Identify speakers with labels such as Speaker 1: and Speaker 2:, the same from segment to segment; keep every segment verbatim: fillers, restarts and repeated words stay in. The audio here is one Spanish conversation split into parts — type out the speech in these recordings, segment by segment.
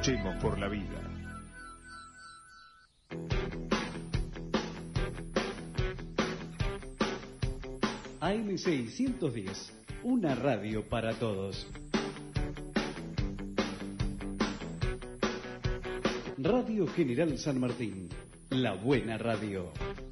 Speaker 1: Luchemos por la vida.
Speaker 2: A M seiscientos diez, una radio para todos. Radio General San Martín, la buena radio.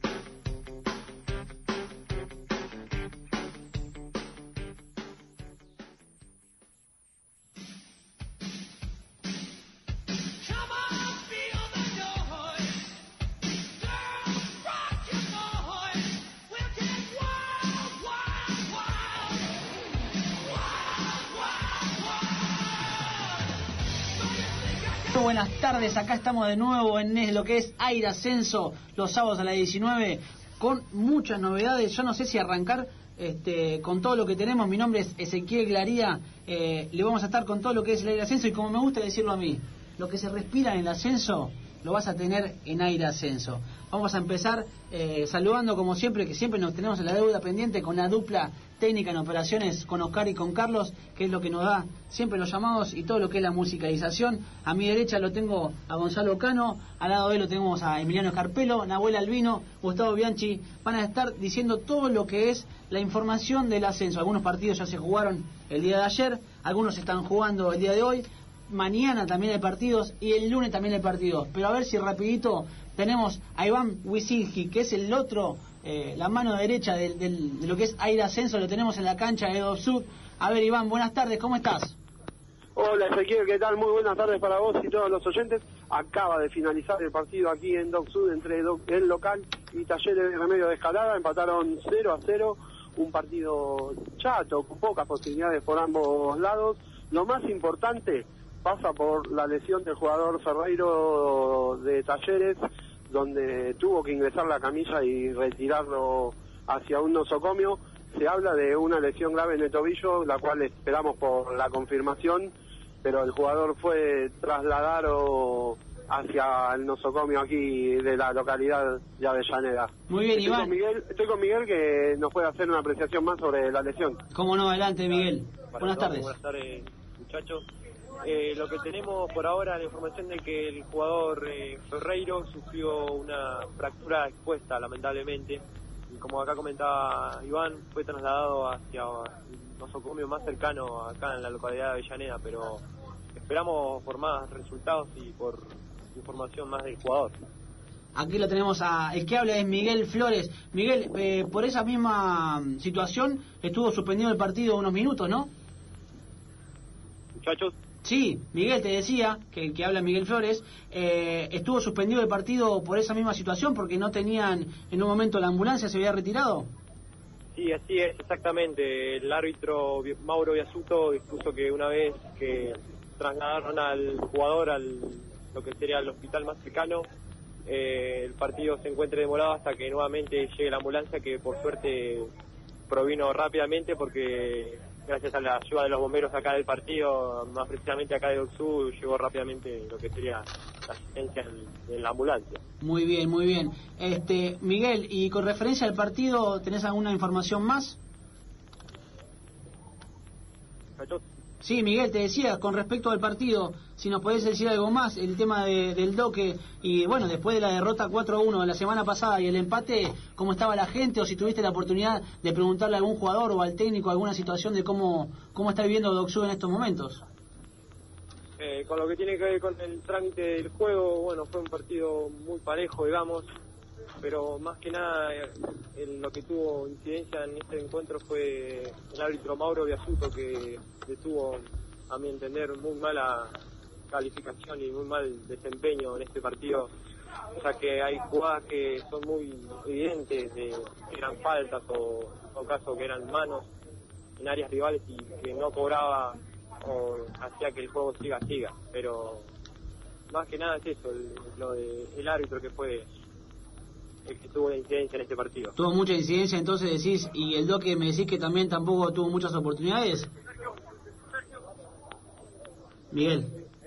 Speaker 3: Buenas tardes, acá estamos de nuevo en lo que es Aire Ascenso, los sábados a las diecinueve, con muchas novedades. Yo no sé si arrancar este, con todo lo que tenemos. Mi nombre es Ezequiel Glaría, eh, le vamos a estar con todo lo que es el Aire Ascenso, y como me gusta decirlo a mí, lo que se respira en el ascenso lo vas a tener en Aire Ascenso. Vamos a empezar eh, saludando como siempre, que siempre nos tenemos en la deuda pendiente con la dupla técnica en operaciones, con Oscar y con Carlos, que es lo que nos da siempre los llamados y todo lo que es la musicalización. A mi derecha lo tengo a Gonzalo Cano, al lado de él lo tenemos a Emiliano Escarpelo, Nahuel Albino, Gustavo Bianchi. Van a estar diciendo todo lo que es la información del ascenso. Algunos partidos ya se jugaron el día de ayer, algunos están jugando el día de hoy. Mañana también hay partidos y el lunes también hay partidos. Pero a ver si rapidito tenemos a Iván Wisilji, que es el otro, eh, la mano derecha de, de, de lo que es Aire Ascenso. Lo tenemos en la cancha de Doc Sud. A ver, Iván, buenas tardes, ¿cómo estás?
Speaker 4: Hola Ezequiel, ¿qué tal? Muy buenas tardes para vos y todos los oyentes. Acaba de finalizar el partido aquí en Doc Sud entre Doc, el local y Talleres de Remedio de Escalada. Empataron cero a cero, un partido chato, con pocas posibilidades por ambos lados. Lo más importante pasa por la lesión del jugador Ferreiro de Talleres, donde tuvo que ingresar la camilla y retirarlo hacia un nosocomio. Se habla de una lesión grave en el tobillo, la cual esperamos por la confirmación, pero el jugador fue trasladado hacia el nosocomio aquí de la localidad de Avellaneda.
Speaker 3: Muy bien,
Speaker 4: estoy
Speaker 3: Iván.
Speaker 4: Con Miguel, estoy con Miguel, que nos puede hacer una apreciación más sobre la lesión.
Speaker 3: Cómo no, adelante, Miguel.
Speaker 5: Para
Speaker 3: Buenas
Speaker 5: todos,
Speaker 3: tardes.
Speaker 5: Buenas tardes, muchachos. Eh, lo que tenemos por ahora, la información de que el jugador eh, Ferreiro sufrió una fractura expuesta, lamentablemente, y como acá comentaba Iván, fue trasladado hacia un nosocomio más cercano acá en la localidad de Avellaneda, pero esperamos por más resultados y por información más del jugador.
Speaker 3: Aquí lo tenemos, a el que habla es Miguel Flores. Miguel, eh, por esa misma situación estuvo suspendido el partido unos minutos, ¿no?
Speaker 5: Muchachos.
Speaker 3: Sí, Miguel, te decía, que el que habla Miguel Flores, eh, estuvo suspendido el partido por esa misma situación, porque no tenían en un momento la ambulancia, se había retirado.
Speaker 5: Sí, así es, exactamente. El árbitro Mauro Biasuto dispuso que una vez que trasladaron al jugador al lo que sería el hospital más cercano, eh, el partido se encuentre demorado hasta que nuevamente llegue la ambulancia, que por suerte provino rápidamente, porque gracias a la ayuda de los bomberos acá del partido, más precisamente acá de Doc Sud, llegó rápidamente lo que sería la asistencia en, en la ambulancia.
Speaker 3: Muy bien, muy bien. Este, Miguel, y con referencia al partido, ¿tenés alguna información más? Sí, Miguel, te decía, con respecto al partido, si nos podés decir algo más, el tema de, del Doque, y bueno, después de la derrota cuatro a uno de la semana pasada y el empate, ¿cómo estaba la gente? O si tuviste la oportunidad de preguntarle a algún jugador o al técnico alguna situación de cómo, cómo está viviendo Doc Sud en estos momentos.
Speaker 5: Eh, con lo que tiene que ver con el trámite del juego, bueno, fue un partido muy parejo, digamos, pero más que nada eh, el, lo que tuvo incidencia en este encuentro fue el árbitro Mauro Biasuto, que detuvo, a mi entender, muy mala calificación y muy mal desempeño en este partido, o sea que hay jugadas que son muy evidentes, de, que eran faltas o en todo caso que eran manos en áreas rivales y que no cobraba o hacía que el juego siga, siga, pero más que nada es eso, el, lo de el árbitro que fue el que tuvo la incidencia en este partido.
Speaker 3: Tuvo mucha incidencia, entonces decís, y el Doque me decís que también tampoco tuvo muchas oportunidades. Miguel.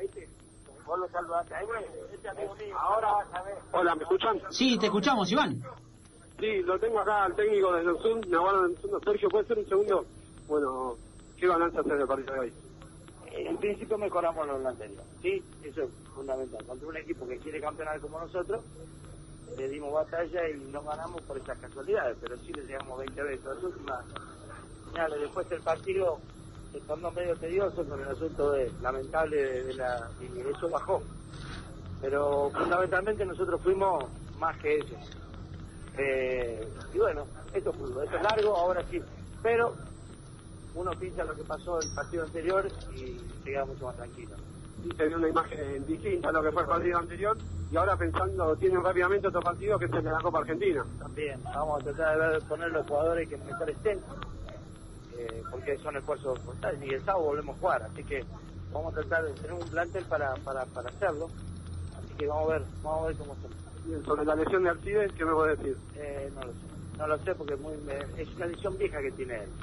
Speaker 4: Hola, ¿me escuchan?
Speaker 3: Sí, te escuchamos, Iván.
Speaker 4: Sí, lo tengo acá al técnico desde el Zoom, me aguardan un segundo. Sergio, ¿puede ser un segundo? Bueno, ¿qué balance haces del partido de hoy?
Speaker 1: en principio mejoramos lo anterior, ¿sí? Eso es fundamental. Contra un equipo que quiere campeonar como nosotros, le dimos batalla y no ganamos por esas casualidades, pero sí le llegamos veinte veces. Las últimas señales, después del partido, se tornó medio tedioso con el asunto de, lamentable de, de la... y eso bajó. Pero fundamentalmente nosotros fuimos más que ellos. Eh, y bueno, esto es fútbol, esto es largo, ahora sí. Pero uno piensa lo que pasó el partido anterior y se queda mucho más tranquilo.
Speaker 4: Y se dio una imagen distinta a lo que fue el partido anterior, y ahora pensando, tienen rápidamente otro partido que es el de la Copa Argentina.
Speaker 1: También, vamos a tratar de ver, poner los jugadores que mejor estén, eh, porque son esfuerzos constantes, y el sábado volvemos a jugar, así que vamos a tratar de tener un plantel para, para, para hacerlo, así que vamos a ver, vamos a ver cómo hacemos.
Speaker 4: Bien, sobre la lesión de Alcides, ¿qué me puede decir?
Speaker 1: Eh, no lo sé, no lo sé porque muy, me, es una lesión vieja que tiene él.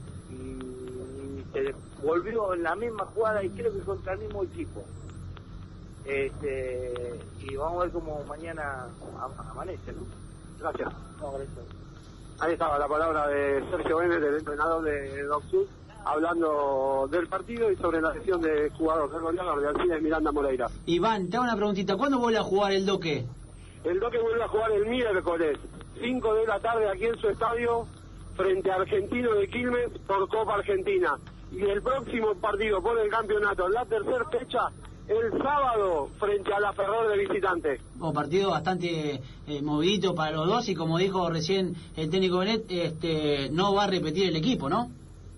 Speaker 1: Y se volvió en la misma jugada y creo que contra el mismo equipo. Este, y vamos a ver cómo mañana amanece, ¿no?
Speaker 4: Gracias.
Speaker 1: No, gracias.
Speaker 4: Ahí estaba la palabra de Sergio Vélez, del entrenador de Doc Sud, hablando del partido y sobre la lesión del jugador, del goleador de Alcides Miranda Moreira.
Speaker 3: Iván, te hago una preguntita, ¿cuándo vuelve a jugar el Doque?
Speaker 4: El Doque vuelve a jugar el miércoles, cinco de la tarde aquí en su estadio, frente a Argentino de Quilmes por Copa Argentina. Y el próximo partido por el campeonato, la tercera fecha, el sábado, frente a la Ferrol de visitante.
Speaker 3: Un partido bastante eh, movidito para los dos, y como dijo recién el técnico Benet, este, no va a repetir el equipo, ¿no?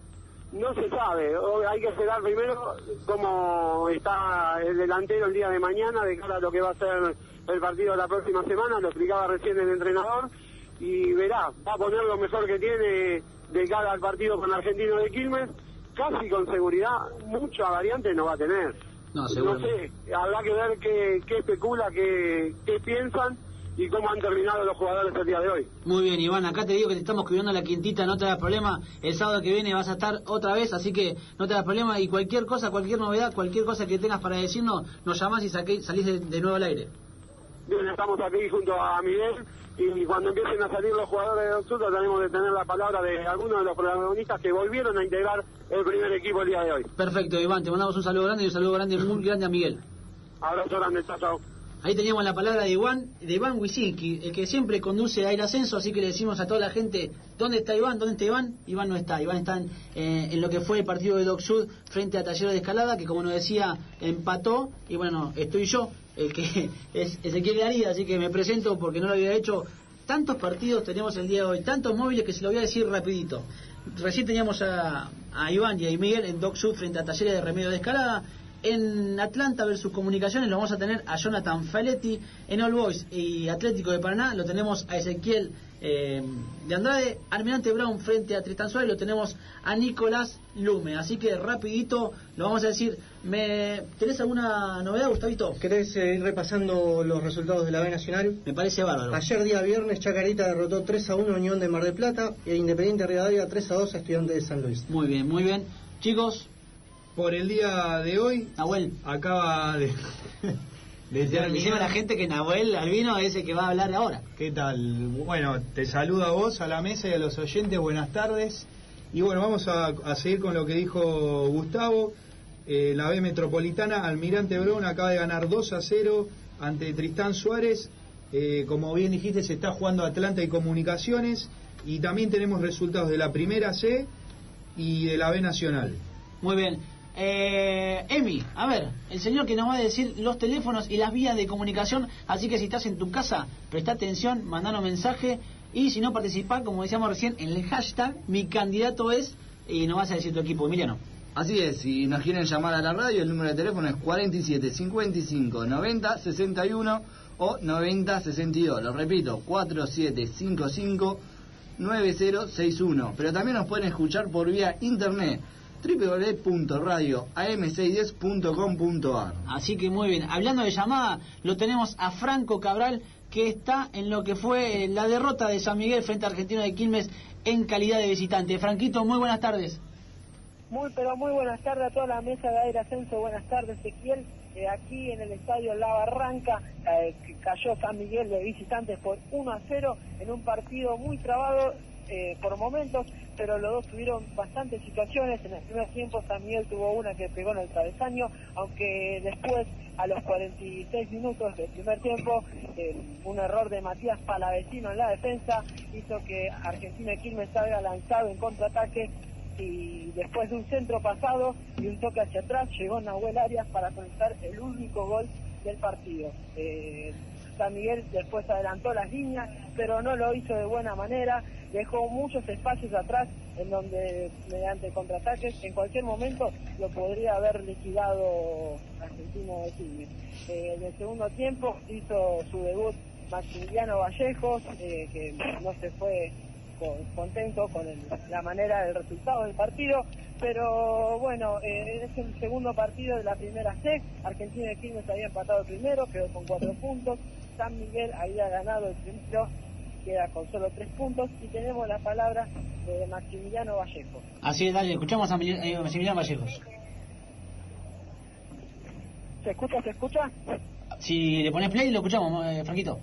Speaker 4: No se sabe, hay que esperar primero cómo está el delantero el día de mañana, de cara a lo que va a ser el partido de la próxima semana, lo explicaba recién el entrenador, y verá, va a poner lo mejor que tiene de cara al partido con Argentino de Quilmes, casi con seguridad, mucha variante no va a tener.
Speaker 3: No, seguro.
Speaker 4: No sé, habrá que ver qué, qué especula, qué, qué piensan y cómo han terminado los jugadores el día de hoy.
Speaker 3: Muy bien, Iván, acá te digo que te estamos cuidando la quintita, no te das problema, el sábado que viene vas a estar otra vez, así que no te das problema, y cualquier cosa, cualquier novedad, cualquier cosa que tengas para decirnos, nos llamás y saqué, salís de, de nuevo al aire.
Speaker 4: Bien, estamos aquí junto a Miguel, y cuando empiecen a salir los jugadores de Doc Sud tenemos de tener la palabra de algunos de los protagonistas que volvieron a integrar el primer equipo el día de hoy.
Speaker 3: Perfecto, Iván, te mandamos un saludo grande y un saludo grande, muy grande a Miguel.
Speaker 4: Abrazo grande, chao, chao.
Speaker 3: Ahí teníamos la palabra de Iván, de Iván Wisinski, el que siempre conduce a Ir Ascenso, así que le decimos a toda la gente, ¿dónde está Iván? ¿Dónde está Iván? Iván no está, Iván está en, eh, en lo que fue el partido de Doc Sud frente a Talleres de Escalada, que como nos decía, empató, y bueno, estoy yo, el que es Ezequiel Garida, así que me presento porque no lo había hecho. Tantos partidos tenemos el día de hoy, tantos móviles, que se lo voy a decir rapidito. Recién teníamos a, a Iván y a Miguel en Doc Sud frente a Talleres de Remedio de Escalada. En Atlanta versus Comunicaciones lo vamos a tener a Jonathan Faletti. En All Boys y Atlético de Paraná lo tenemos a Ezequiel eh, de Andrade. Almirante Brown frente a Tristan Suárez lo tenemos a Nicolás Lume. Así que rapidito lo vamos a decir. ¿Me ¿Tenés alguna novedad, Gustavito?
Speaker 6: ¿Querés eh, ir repasando los resultados de la B Nacional?
Speaker 3: Me parece bárbaro.
Speaker 6: Ayer día viernes Chacarita derrotó tres a uno a Unión de Mar del Plata e Independiente Rivadavia tres a dos a Estudiantes de San Luis.
Speaker 3: Muy bien, muy bien. Chicos,
Speaker 7: por el día de hoy,
Speaker 3: Nahuel
Speaker 7: acaba de... de
Speaker 3: decime a la gente que Nahuel Albino es el que va a hablar ahora.
Speaker 7: ¿Qué tal? Bueno, te saludo a vos, a la mesa y a los oyentes, buenas tardes. Y bueno, vamos a, a seguir con lo que dijo Gustavo. Eh, la B Metropolitana, Almirante Brown acaba de ganar dos a cero ante Tristán Suárez. Eh, como bien dijiste, se está jugando Atlanta y Comunicaciones. Y también tenemos resultados de la Primera C y de la B Nacional.
Speaker 3: Muy bien. Eh, Emi, a ver, el señor que nos va a decir los teléfonos y las vías de comunicación, así que si estás en tu casa, presta atención, mandanos mensaje, y si no participás, como decíamos recién, en el hashtag, mi candidato es, y nos vas a decir tu equipo, Emiliano.
Speaker 8: Así es, si nos quieren llamar a la radio, el número de teléfono es cuarenta y siete, cincuenta y cinco, noventa, sesenta y uno o noventa, sesenta y dos, lo repito, cuarenta y siete cincuenta y cinco, noventa sesenta y uno, pero también nos pueden escuchar por vía internet, doble u doble u doble u punto radio a m seiscientos diez punto com punto a r.
Speaker 3: Así que muy bien, hablando de llamada, lo tenemos a Franco Cabral, que está en lo que fue la derrota de San Miguel frente a Argentino de Quilmes en calidad de visitante. Franquito, muy buenas tardes.
Speaker 9: Muy, pero muy buenas tardes a toda la mesa de Aire Ascenso. Buenas tardes, Ezequiel. Eh, aquí en el estadio La Barranca eh, cayó San Miguel de visitantes por uno a cero en un partido muy trabado eh, por momentos, pero los dos tuvieron bastantes situaciones. En el primer tiempo San Miguel tuvo una que pegó en el travesaño, aunque después, a los cuarenta y seis minutos del primer tiempo, eh, un error de Matías Palavecino en la defensa hizo que Argentina Quilmes salga lanzado en contraataque, y después de un centro pasado y un toque hacia atrás llegó Nahuel Arias para conectar el único gol del partido. Eh, San Miguel después adelantó las líneas, pero no lo hizo de buena manera, dejó muchos espacios atrás en donde mediante contraataques en cualquier momento lo podría haber liquidado Argentino de Quilmes. Eh, en el segundo tiempo hizo su debut Maximiliano Vallejos, eh, que no se fue contento con el, la manera del resultado del partido, pero bueno, eh, es el segundo partido de la primera C. Argentina de Quilmes había empatado el primero, quedó con cuatro puntos. San Miguel había ganado el primero, queda con solo tres puntos, y tenemos la palabra de Maximiliano Vallejos.
Speaker 3: Así es, dale, escuchamos a Maximiliano Vallejos.
Speaker 9: ¿Se escucha, se escucha?
Speaker 3: Si le pones play, lo escuchamos, eh, Franquito.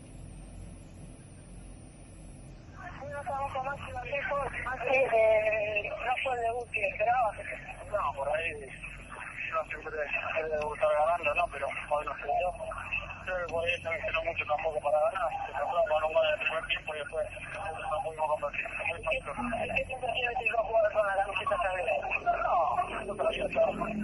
Speaker 9: Eh, no fue el debut que esperaba.
Speaker 1: No, por ahí no siempre el debut está ganando, ¿no? Pero hoy no se dio. Creo que por ahí se mencionó mucho tampoco para ganar. Se trató con un gol en el primer tiempo y después no pudimos convertir. ¿Qué siempre tiene que ir a jugar con la camiseta sagrada? No, no todavía está.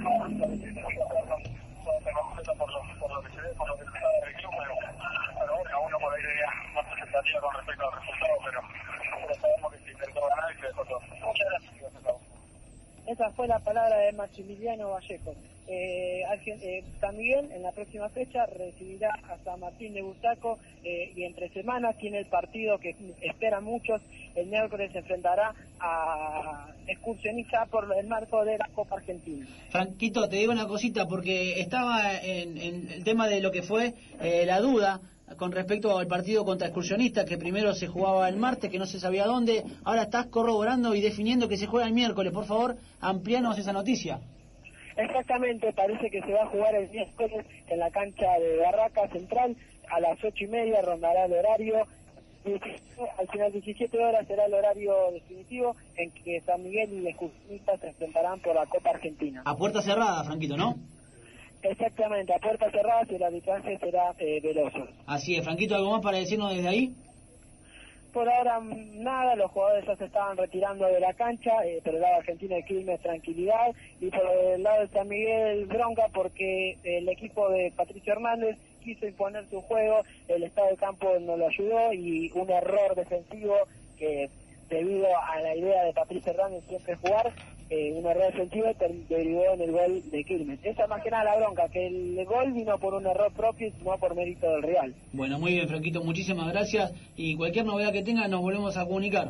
Speaker 1: Por lo, por lo que se ve, por lo que se sabe del club, pero, pero bueno, uno por ahí tenía más expectativa con respecto al resultado, pero, pero sabemos que se intentó ganar y se dejó todo. Muchas gracias.
Speaker 9: Esa fue la palabra de Maximiliano Vallejos. Eh, eh, San Miguel en la próxima fecha recibirá a San Martín de Bursaco, eh, y entre semanas tiene el partido que esperan muchos. El miércoles se enfrentará a Excursionista por el marco de la Copa Argentina.
Speaker 3: Franquito, te digo una cosita, porque estaba en, en el tema de lo que fue eh, la duda con respecto al partido contra Excursionista, que primero se jugaba el martes, que no se sabía dónde. Ahora estás corroborando y definiendo que se juega el miércoles. Por favor, amplíanos esa noticia.
Speaker 9: Exactamente, parece que se va a jugar el miércoles en la cancha de Barraca Central a las ocho y media, rondará el horario. Al final diecisiete horas será el horario definitivo en que San Miguel y Excursionistas se enfrentarán por la Copa Argentina.
Speaker 3: A puerta cerrada, Franquito, ¿no?
Speaker 9: Exactamente, a puerta cerrada, y el arbitraje será eh, veloso.
Speaker 3: Así es. Franquito, ¿algo más para decirnos desde ahí?
Speaker 9: Por ahora nada, los jugadores ya se estaban retirando de la cancha, eh, por el lado argentino de Quilmes tranquilidad, y por el lado de San Miguel bronca porque el equipo de Patricio Hernández quiso imponer su juego, el estado de campo no lo ayudó, y un error defensivo que debido a la idea de Patricio Hernández siempre jugar, eh, un error defensivo derivó en el gol de Quilmes. Esa es más que nada la bronca, que el gol vino por un error propio y no por mérito del Real.
Speaker 3: Bueno, muy bien, Franquito, muchísimas gracias, y cualquier novedad que tenga nos volvemos a comunicar.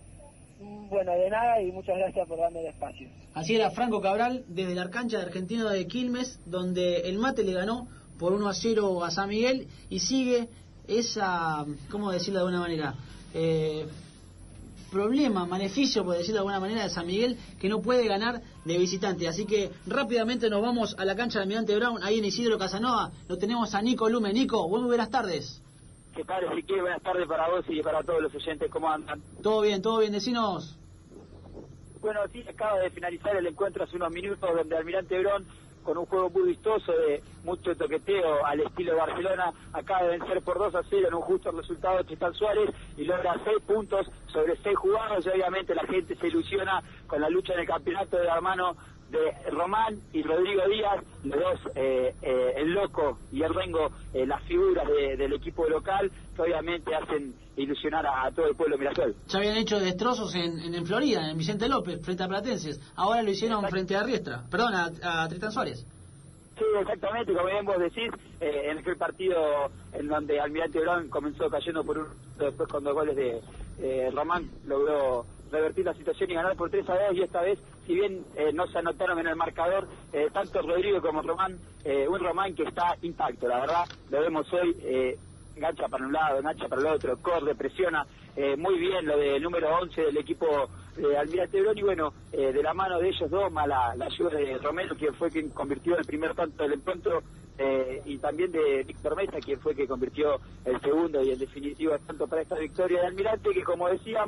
Speaker 9: Bueno, de nada, y muchas gracias por darme el espacio.
Speaker 3: Así era Franco Cabral desde la cancha de Argentino de Quilmes, donde el Mate le ganó por uno a cero a San Miguel, y sigue esa, ¿cómo decirlo de alguna manera? Eh, problema, maleficio, por decirlo de alguna manera, de San Miguel, que no puede ganar de visitante. Así que rápidamente nos vamos a la cancha de Almirante Brown, ahí en Isidro Casanova. Lo tenemos a Nico Lume. Nico, muy buenas tardes.
Speaker 10: ¿Qué tal, Ezequiel? Buenas tardes para vos y para todos los oyentes. ¿Cómo andan?
Speaker 3: Todo bien, todo bien. Decinos.
Speaker 10: Bueno, sí, acaba de finalizar el encuentro hace unos minutos, donde Almirante Brown, con un juego muy vistoso de mucho toqueteo al estilo Barcelona, acaba de vencer por dos a cero en un justo resultado de Tristan Suárez y logra seis puntos sobre seis jugados, y obviamente la gente se ilusiona con la lucha en el campeonato de la mano de Román y Rodrigo Díaz, los dos, eh, eh, el Loco y el Rengo, eh, las figuras de, del equipo local, que obviamente hacen ilusionar a, a todo el pueblo Mirasol.
Speaker 3: Ya habían hecho destrozos en, en, en Florida, en Vicente López, frente a Platenses. Ahora lo hicieron Exacto. frente a Riestra, perdón, a, a Tristan Suárez.
Speaker 10: Sí, exactamente, como bien vos decís, eh, en aquel partido en donde Almirante Brown comenzó cayendo por un, después con dos goles de eh, Román, logró revertir la situación y ganar por tres a dos, y esta vez, si bien eh, no se anotaron en el marcador, eh, tanto Rodrigo como Román, eh, un Román que está intacto, la verdad, lo vemos hoy, eh, engancha para un lado, engancha para el otro, corre, presiona, eh, muy bien lo del número once del equipo de Almirante Brown, y bueno, eh, de la mano de ellos dos, más la, la ayuda de Romero, quien fue quien convirtió el primer tanto del encuentro, eh, y también de Víctor Mesa, quien fue que convirtió el segundo, y en definitiva tanto para esta victoria de Almirante, que como decíamos,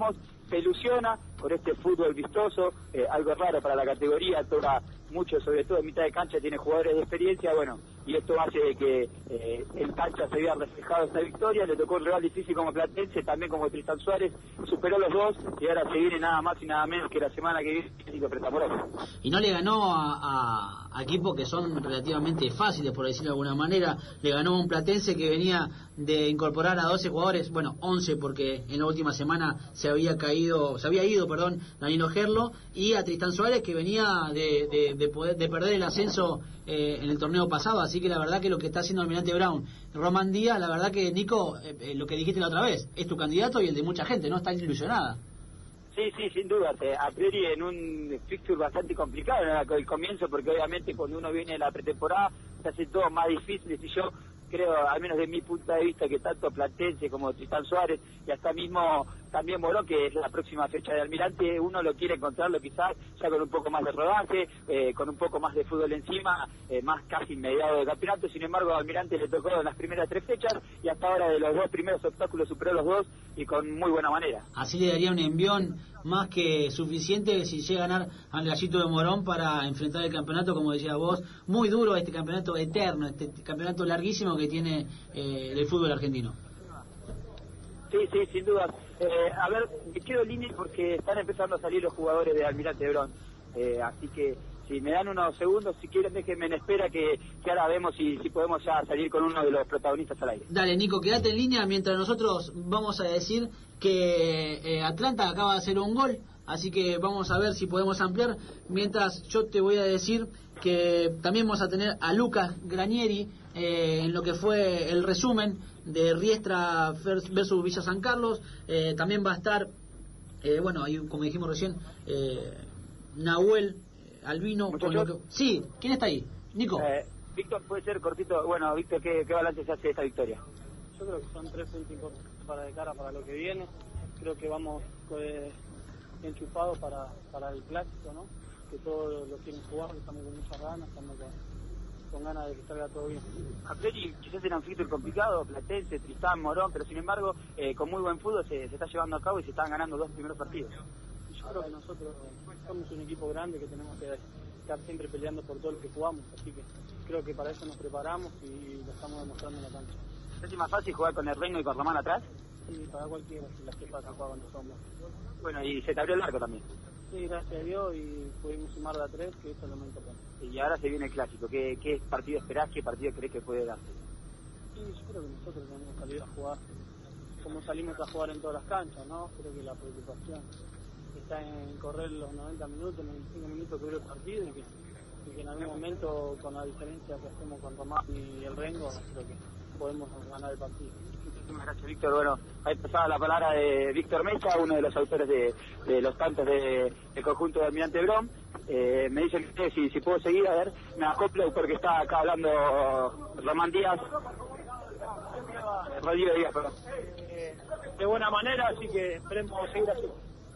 Speaker 10: se ilusiona con este fútbol vistoso, eh, algo raro para la categoría, toca mucho, sobre todo en mitad de cancha, tiene jugadores de experiencia, bueno, y esto hace de que eh, en cancha se vea reflejado esta victoria. Le tocó un rival difícil como Platense, también como Tristan Suárez, superó los dos y ahora se viene nada más y nada menos que la semana que viene Atlético Pretamoroso.
Speaker 3: Y no le ganó a, a, a equipos que son relativamente fáciles, por decirlo de alguna manera. Le ganó a un Platense que venía de incorporar a doce jugadores, bueno, once, porque en la última semana se había caído, se había ido, perdón, Danilo Gerlo, y a Tristan Suárez, que venía de, de, de, poder, de perder el ascenso eh, en el torneo pasado. Así que la verdad que lo que está haciendo Almirante Brown, Román Díaz, la verdad que, Nico, eh, lo que dijiste la otra vez, es tu candidato y el de mucha gente, ¿no? Está ilusionada.
Speaker 10: Sí, sí, sin duda, a priori en un fixture bastante complicado en el comienzo, porque obviamente cuando uno viene de la pretemporada se hace todo más difícil. Y yo creo, al menos de mi punto de vista, que tanto Platense como Tristan Suárez y hasta mismo también Morón, que es la próxima fecha de Almirante, uno lo quiere encontrarlo quizás ya con un poco más de rodaje, eh, con un poco más de fútbol encima, eh, más casi inmediado del campeonato. Sin embargo, a Almirante le tocó en las primeras tres fechas y hasta ahora de los dos primeros obstáculos superó los dos y con muy buena manera.
Speaker 3: Así le daría un envión más que suficiente si llega a ganar al Gallito de Morón para enfrentar el campeonato, como decía vos, muy duro, este campeonato eterno, este campeonato larguísimo que tiene eh, el fútbol argentino.
Speaker 10: Sí, sí, sin duda. Eh, a ver, me quedo en línea porque están empezando a salir los jugadores de Almirante Brown, eh, así que si me dan unos segundos, si quieren déjenme en espera que, que ahora vemos si, si podemos ya salir con uno de los protagonistas al aire.
Speaker 3: Dale, Nico, quédate en línea mientras nosotros vamos a decir que eh, Atlanta acaba de hacer un gol, así que vamos a ver si podemos ampliar, mientras yo te voy a decir que también vamos a tener a Lucas Granieri eh, en lo que fue el resumen de Riestra versus Villa San Carlos. Eh, también va a estar, eh, bueno, ahí como dijimos recién, eh, Nahuel Albino. Con lo que... Sí, ¿quién está ahí? Nico.
Speaker 10: Eh, Víctor, puede ser cortito. Bueno, Víctor, ¿qué, qué balance se hace de esta victoria?
Speaker 11: Yo creo que son tres puntos importantes para de cara para lo que viene. Creo que vamos eh, enchufados para, para el clásico, ¿no? Que todos lo quieren jugar, estamos con muchas ganas, estamos con, con ganas de que salga todo bien.
Speaker 10: A priori quizás era un fixture complicado, Platense, Tristán, Morón, pero sin embargo, eh, con muy buen fútbol se, se está llevando a cabo y se están ganando dos primeros partidos.
Speaker 11: Yo creo que nosotros somos un equipo grande que tenemos que estar siempre peleando por todo lo que jugamos, así que creo que para eso nos preparamos y lo estamos demostrando en la cancha.
Speaker 10: ¿Es más fácil jugar con el Rengo y con Román atrás?
Speaker 11: Sí, para cualquiera, si las que pasa juega cuando somos.
Speaker 10: Bueno, y se te abrió el arco también.
Speaker 11: Sí, gracias a Dios, y pudimos sumar de a tres, que eso es lo más importante.
Speaker 10: Y ahora se viene el clásico. ¿Qué, qué partido esperás? ¿Qué partido crees que puede darse?
Speaker 11: Sí, yo creo que nosotros tenemos que salir a jugar como salimos a jugar en todas las canchas, ¿no? Creo que la preocupación está en correr los noventa minutos, noventa y cinco minutos que dura el partido, y que, y que en algún momento, con la diferencia que hacemos con Román y el Rengo, creo que podemos ganar el partido.
Speaker 10: Muchísimas gracias, Víctor. Bueno, ahí pasaba la palabra de Víctor Mesa, uno de los autores de, de los tantos de, del conjunto de Almirante Brown. Eh, me dicen que si, si puedo seguir, a ver, me acoplo porque está acá hablando Román Díaz. Rodrigo Díaz, perdón.
Speaker 11: Eh, de buena manera, así que esperemos seguir así.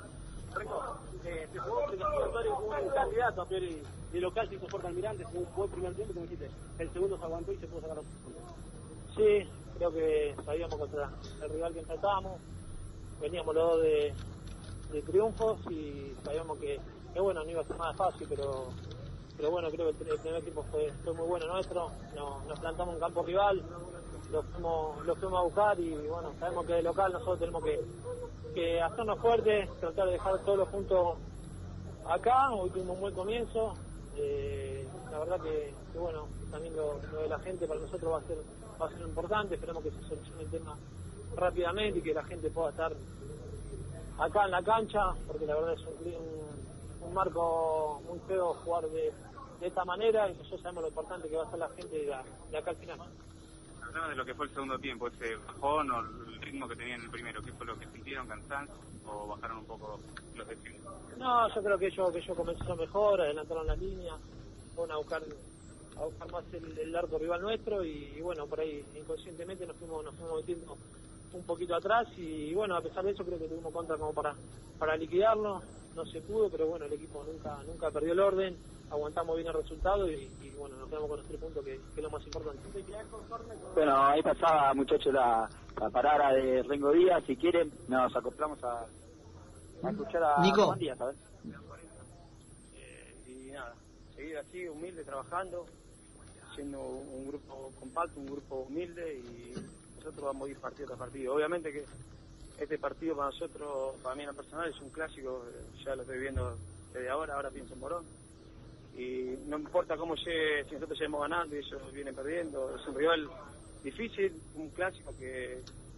Speaker 11: Eh, te puedo preguntar un candidato a priori de local si soporta Almirante, fue un buen primer tiempo, como dijiste, el segundo se aguantó y se pudo sacar los puntos. Sí, creo que sabíamos contra el rival que enfrentábamos, veníamos los dos de, de triunfos y sabíamos que, que bueno, no iba a ser nada fácil, pero pero bueno, creo que el, el primer tiempo fue, fue muy bueno nuestro, nos, nos plantamos en campo rival, lo fuimos, lo fuimos a buscar y bueno, sabemos que de local nosotros tenemos que, que hacernos fuertes, tratar de dejar todos los puntos acá. Hoy tuvimos un buen comienzo, eh, la verdad que, que bueno, también lo, lo de la gente para nosotros va a ser va a ser importante, esperemos que se solucione el tema rápidamente y que la gente pueda estar acá en la cancha, porque la verdad es un, un, un marco muy feo jugar de, de esta manera y nosotros sabemos lo importante que va a ser la gente de, la, de acá al final.
Speaker 12: Hablando de lo que fue el segundo tiempo, ese bajón o el ritmo que tenían en el primero, ¿qué fue lo que sintieron? ¿Cansancio o bajaron un poco los defensores?
Speaker 11: No, yo creo que ellos, que ellos comenzaron mejor, adelantaron la línea, fueron a buscar a buscar más el, el arco rival nuestro y, y bueno, por ahí inconscientemente nos fuimos nos fuimos metiendo un poquito atrás y, y bueno, a pesar de eso creo que tuvimos contra como para para liquidarlo, no se pudo, pero bueno, el equipo nunca nunca perdió el orden, aguantamos bien el resultado y, y bueno, nos quedamos con los tres puntos que, que es lo más importante.
Speaker 10: Bueno, ahí pasaba, muchachos, la, la parada de Rengo Díaz. Si quieren, nos acoplamos a...
Speaker 5: a escuchar a
Speaker 3: Nico.
Speaker 5: Juan Díaz, ¿sabes? Eh, y nada, seguir así, humilde, trabajando, siendo un grupo compacto, un grupo humilde, y nosotros vamos a ir partido tras partido. Obviamente que este partido para nosotros, para mí en lo personal, es un clásico, ya lo estoy viendo desde ahora, ahora pienso en Morón. Y no importa cómo llegue, si nosotros lleguemos ganando y ellos vienen perdiendo, es un rival difícil, un clásico que...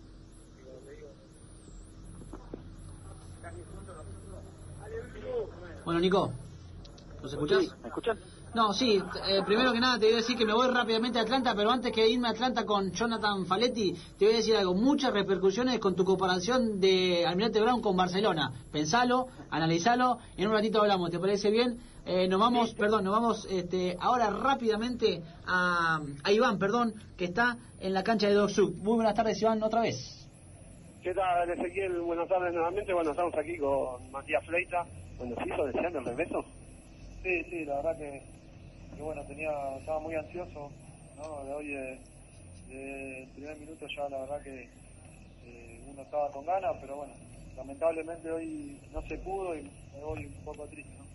Speaker 3: Bueno, Nico, ¿nos escuchás?
Speaker 5: Sí, ¿me escuchan?
Speaker 3: No, sí, eh, primero que nada te voy a decir que me voy rápidamente a Atlanta, pero antes que irme a Atlanta con Jonathan Faletti, te voy a decir algo, muchas repercusiones con tu comparación de Almirante Brown con Barcelona. Pensalo, analizalo, en un ratito hablamos, ¿te parece bien? Eh, nos vamos, sí. perdón, nos vamos este, ahora rápidamente a, a Iván, perdón, que está en la cancha de Doc Sud. Muy buenas tardes, Iván, otra vez.
Speaker 4: ¿Qué tal, Ezequiel? Buenas tardes nuevamente. Bueno, estamos aquí con Matías Fleita. Bueno, ¿se hizo deseando el regreso?
Speaker 13: Sí, sí, la verdad que, que bueno, tenía, estaba muy ansioso, ¿no? De hoy, de, de el primer minuto ya la verdad que eh, uno estaba con ganas, pero bueno, lamentablemente hoy no se pudo y me voy un poco triste, ¿no?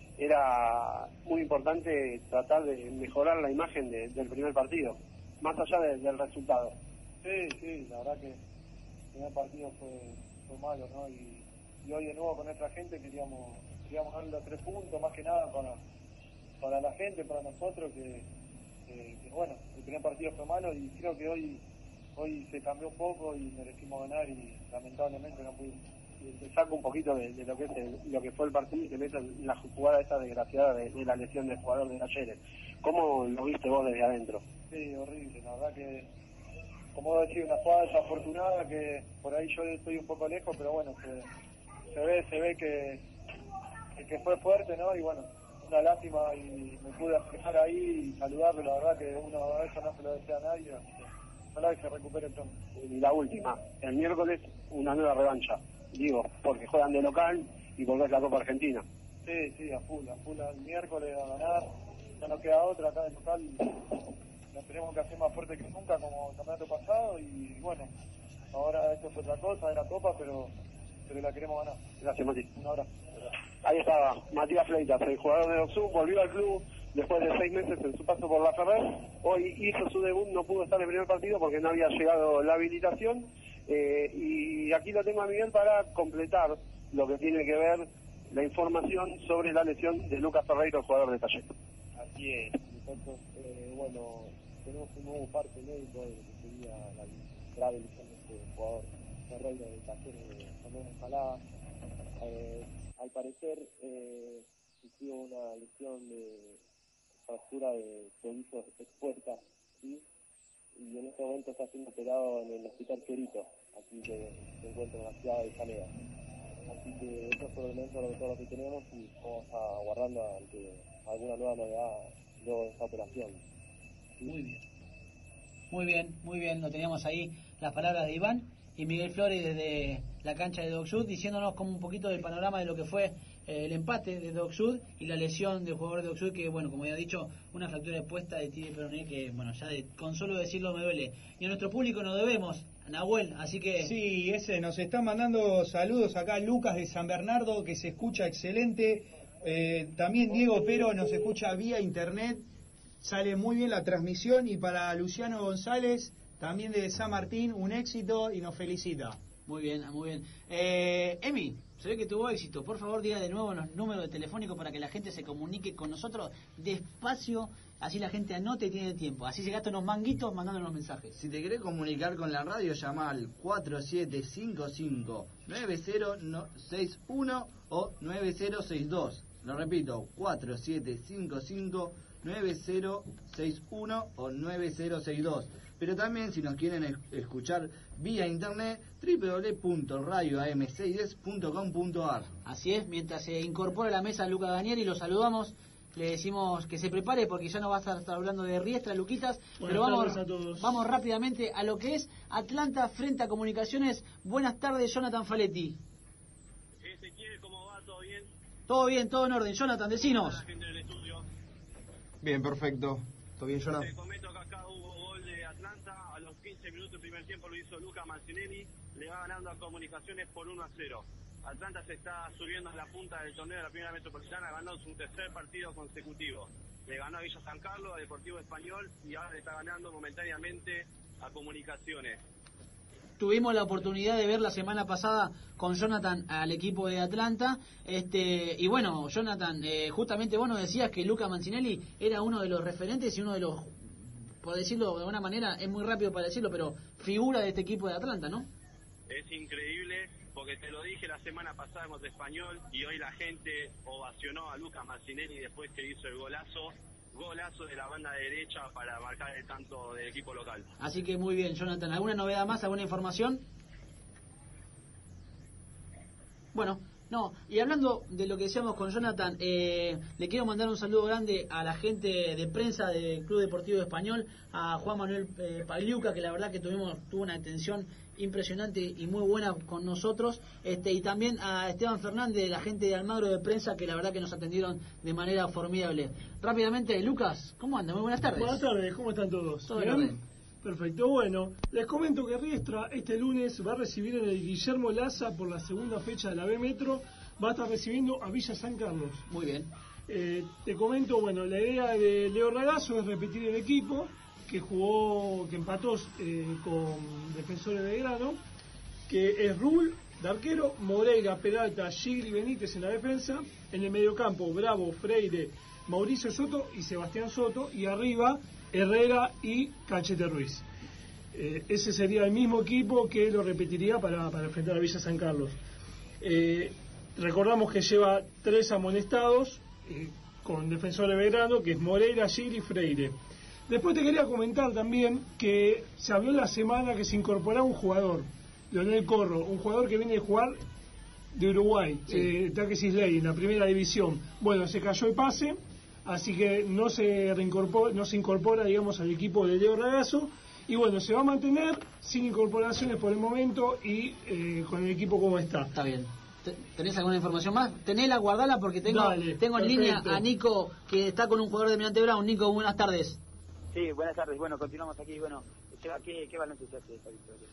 Speaker 4: Era muy importante tratar de mejorar la imagen de, del primer partido, más allá de, del resultado.
Speaker 13: Sí, sí, la verdad que el primer partido fue, fue malo, ¿no? Y, y hoy de nuevo con nuestra gente queríamos queríamos darle los tres puntos, más que nada para para la gente, para nosotros, que, que, que bueno, el primer partido fue malo y creo que hoy hoy se cambió un poco y merecimos ganar y lamentablemente no pudimos.
Speaker 4: Te saco un poquito de, de lo que es el, lo que fue el partido y te meto en la jugada esta desgraciada de, de la lesión del jugador de Talleres. ¿Cómo lo viste vos desde adentro?
Speaker 13: Sí, horrible, la verdad que, como vos decís, una jugada desafortunada que por ahí yo estoy un poco lejos, pero bueno, se, se ve se ve que, que fue fuerte, ¿no? Y bueno, una lástima y me pude acercar ahí y saludarlo, la verdad que uno a eso no se lo desea a nadie, así que ojalá que se recupere pronto.
Speaker 4: Y la última, el miércoles una nueva revancha, digo, porque juegan de local y volvés la Copa Argentina.
Speaker 13: Sí, sí, a full, a full el miércoles a ganar, ya no queda otra acá de local, nos tenemos que hacer más fuerte que nunca como el campeonato pasado y bueno, ahora esto es otra cosa, era Copa, pero pero la queremos ganar.
Speaker 4: Gracias, Mati.
Speaker 13: Un abrazo.
Speaker 4: Ahí estaba Matías Fleitas, el jugador de Oxú, volvió al club después de seis meses en su paso por la Ferrer. Hoy hizo su debut, no pudo estar en el primer partido porque no había llegado la habilitación. Eh, y aquí lo tengo a Miguel para completar lo que tiene que ver la información sobre la lesión de Lucas Ferreiro, el jugador de Talleres.
Speaker 13: Así es, nosotros, eh, bueno, tenemos un nuevo parte médico de lo que sería la grave lesión de este jugador Ferreiro de Talleres de San Escalada. Eh, al parecer eh, sufrió una lesión de fractura de tobillo expuesta, ¿sí? Y en este momento está siendo operado en el hospital Querito, aquí que se encuentra en la ciudad de Saneda. Así que esto es por el momento de todo lo que tenemos y vamos a guardando ante alguna nueva novedad luego de esta operación. ¿Sí?
Speaker 3: Muy bien. Muy bien, muy bien, lo teníamos ahí las palabras de Iván y Miguel Flores desde la cancha de Doc Sud diciéndonos como un poquito del panorama de lo que fue eh, el empate de Doc Sud y la lesión del jugador de Doc Sud, que bueno, como ya he dicho, una fractura expuesta de tibia y peroné que bueno, ya de, con solo decirlo me duele. Y a nuestro público nos debemos, Nahuel, así que...
Speaker 7: Sí, ese nos está mandando saludos acá Lucas de San Bernardo, que se escucha excelente. Eh, también Diego Pero nos escucha vía internet, sale muy bien la transmisión. Y para Luciano González, también de San Martín, un éxito y nos felicita.
Speaker 3: Muy bien, muy bien. Eh, Emi, se ve que tuvo éxito. Por favor, diga de nuevo los números de telefónico para que la gente se comunique con nosotros despacio, así la gente anote y tiene tiempo. Así se gasta unos manguitos mandándonos mensajes.
Speaker 8: Si te querés comunicar con la radio, llama al cuatro siete cinco cinco nueve cero seis uno o nueve cero seis dos. Lo repito, cuatro siete cinco cinco nueve cero seis uno o nueve cero seis dos. Pero también si nos quieren escuchar vía internet, doble u doble u doble u punto radio a m seiscientos diez punto com punto a r.
Speaker 3: Así es, mientras se incorpora a la mesa Luca Daniel y lo saludamos, le decimos que se prepare porque ya no va a estar, estar hablando de Riestra, Luquitas,
Speaker 14: Buenas
Speaker 3: pero vamos,
Speaker 14: tardes a todos.
Speaker 3: vamos rápidamente a lo que es Atlanta frente a Comunicaciones. Buenas tardes, Jonathan Faletti.
Speaker 11: Ezequiel, ¿cómo va? ¿Todo bien?
Speaker 3: Todo bien, todo en orden. Jonathan, decinos.
Speaker 11: La gente del estudio.
Speaker 7: Bien, perfecto. ¿Todo bien, Jonathan?
Speaker 11: Te comento que acá hubo gol de Atlanta. A los quince minutos del primer tiempo lo hizo Luca Mancinelli. Le va ganando a Comunicaciones por uno a cero.
Speaker 14: Atlanta se está subiendo a la punta del torneo de la Primera Metropolitana, ganó su tercer partido consecutivo. Le ganó a Villa San Carlos, a Deportivo Español, y ahora le está ganando momentáneamente a Comunicaciones.
Speaker 3: Tuvimos la oportunidad de ver la semana pasada con Jonathan al equipo de Atlanta, este y bueno, Jonathan, eh, justamente vos nos decías que Luca Mancinelli era uno de los referentes y uno de los, por decirlo de alguna manera, es muy rápido para decirlo, pero figura de este equipo de Atlanta, ¿no?
Speaker 14: Es increíble, porque te lo dije la semana pasada contra Español, y hoy la gente ovacionó a Luca Mancinelli después que hizo el golazo. Golazo de la banda derecha para marcar el tanto del equipo local.
Speaker 3: Así que muy bien, Jonathan. ¿Alguna novedad más? ¿Alguna información? Bueno, no. Y hablando de lo que decíamos con Jonathan, eh, le quiero mandar un saludo grande a la gente de prensa del Club Deportivo Español, a Juan Manuel eh, Pagliuca, que la verdad que tuvimos tuvo una atención impresionante y muy buena con nosotros, este y también a Esteban Fernández, la gente de Almagro de prensa, que la verdad que nos atendieron de manera formidable. Rápidamente, Lucas, ¿cómo anda? Muy buenas tardes.
Speaker 15: Buenas tardes, ¿cómo están todos?
Speaker 3: Todo en orden.
Speaker 15: Perfecto, bueno, les comento que Riestra este lunes va a recibir en el Guillermo Laza por la segunda fecha de la B Metro, va a estar recibiendo a Villa San Carlos.
Speaker 3: Muy bien.
Speaker 15: Eh, te comento, bueno, la idea de Leo Ragazzo es repetir el equipo que jugó, que empató eh, con Defensores de Belgrano, que es Rull de arquero, Moreira, Peralta, Gigli, Benítez en la defensa, en el mediocampo Bravo, Freire, Mauricio Soto y Sebastián Soto, y arriba Herrera y Cachete Ruiz. Eh, ese sería el mismo equipo que lo repetiría para, para enfrentar a Villa San Carlos. Eh, recordamos que lleva tres amonestados eh, con Defensores de Belgrano, que es Moreira, Gigli y Freire. Después te quería comentar también que se habló la semana que se incorporaba un jugador, Leonel Corro, un jugador que viene de jugar de Uruguay, sí. eh, Taques Islay, en la primera división. Bueno, se cayó el pase, así que no se reincorpora, no se incorpora, digamos, al equipo de Leo Ragazzo, y bueno, se va a mantener sin incorporaciones por el momento y eh, con el equipo como está.
Speaker 3: Está bien. ¿Tenés alguna información más? Tenela, guardala, porque tengo,
Speaker 15: Dale,
Speaker 3: tengo en
Speaker 15: perfecto.
Speaker 3: línea a Nico, que está con un jugador de Almirante Brown. Nico, buenas tardes.
Speaker 10: Sí, buenas tardes. Bueno, continuamos aquí. Bueno, ¿qué, qué balance se hace de esta victoria?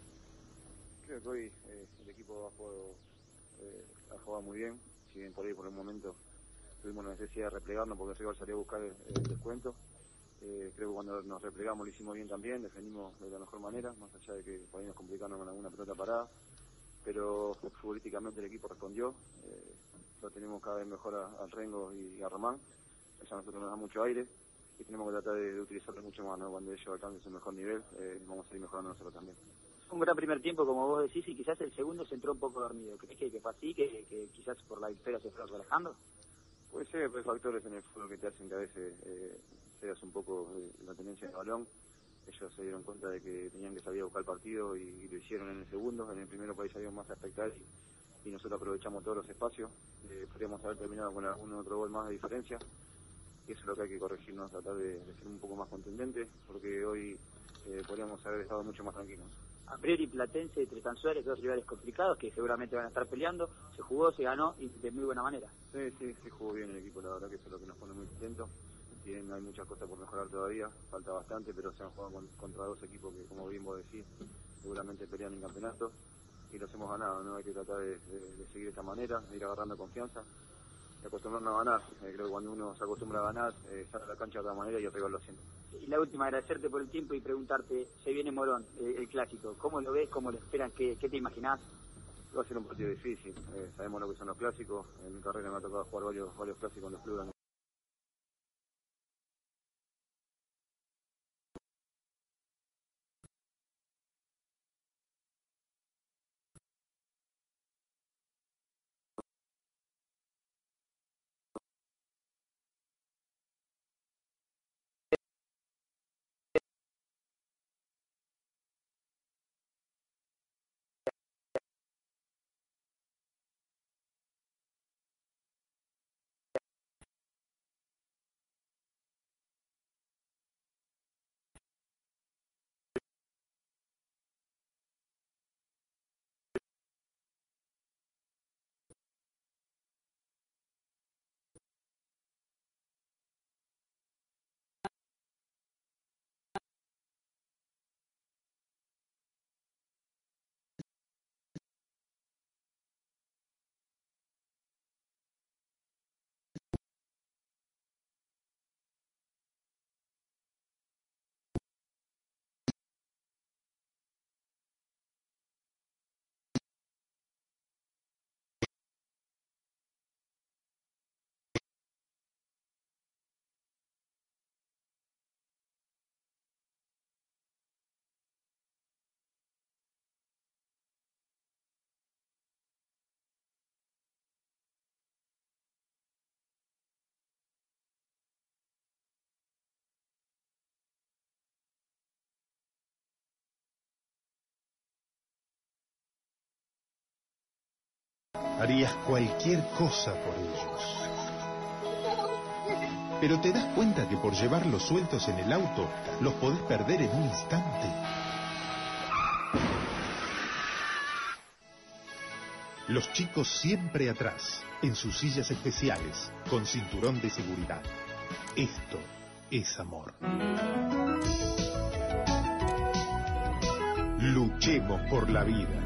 Speaker 16: Creo que hoy eh, el equipo ha jugado, eh, ha jugado muy bien. Si bien por ahí por el momento tuvimos la necesidad de replegarnos porque el rival salió a buscar el, el descuento. Eh, creo que cuando nos replegamos lo hicimos bien también, defendimos de la mejor manera, más allá de que por ahí nos complicaron con alguna pelota parada. Pero futbolísticamente el equipo respondió. Eh, lo tenemos cada vez mejor a, a Rengo y a Román. Eso a nosotros nos da mucho aire. Y tenemos que tratar de, de utilizarlo mucho más, ¿no? Cuando ellos alcancen su mejor nivel, eh, vamos a seguir mejorando nosotros también.
Speaker 10: Un gran primer tiempo, como vos decís, y quizás el segundo se entró un poco dormido. ¿Crees que, que fue así, que, que quizás por la victoria se fue relajando?
Speaker 16: Puede ser, hay factores en el fútbol que te hacen que a veces eh, seas un poco eh, la tenencia del balón. Ellos se dieron cuenta de que tenían que salir a buscar el partido y, y lo hicieron en el segundo. En el primero por ahí salieron más a expectar y, y nosotros aprovechamos todos los espacios. Eh, podríamos haber terminado con algún otro gol más de diferencia. Y eso es lo que hay que corregirnos, tratar de, de ser un poco más contundentes, porque hoy eh, podríamos haber estado mucho más tranquilos.
Speaker 10: A priori, Platense y Tristan Suárez, dos rivales complicados que seguramente van a estar peleando. Se jugó, se ganó y de muy buena manera.
Speaker 16: Sí, sí, sí jugó bien el equipo, la verdad que eso es lo que nos pone muy contentos. Bien, hay muchas cosas por mejorar todavía, falta bastante, pero se han jugado con, contra dos equipos que, como bien vos decís, seguramente pelean en campeonato y los hemos ganado, ¿no? Hay que tratar de, de, de seguir de esta manera, de ir agarrando confianza y acostumbrarnos a ganar. Eh, creo que cuando uno se acostumbra a ganar, eh, sale a la cancha de otra manera y el rival lo siente.
Speaker 10: Y la última, agradecerte por el tiempo y preguntarte, se viene Morón, eh, el clásico, ¿cómo lo ves, cómo lo esperan, qué, qué te imaginás?
Speaker 16: Va a ser un partido difícil, eh, sabemos lo que son los clásicos, en mi carrera me ha tocado jugar varios, varios clásicos en los clubes.
Speaker 17: harías cualquier cosa por ellos. Pero te das cuenta que por llevarlos sueltos en el auto, los podés perder en un instante. Los chicos siempre atrás, en sus sillas especiales, con cinturón de seguridad. Esto es amor. Luchemos por la vida.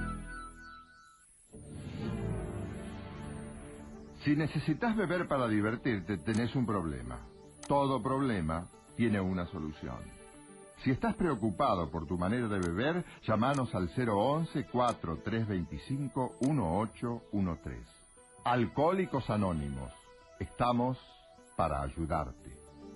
Speaker 18: Si necesitas beber para divertirte, tenés un problema. Todo problema tiene una solución. Si estás preocupado por tu manera de beber, llámanos al cero once, cuatro tres veinticinco, dieciocho trece. Alcohólicos Anónimos. Estamos para ayudarte.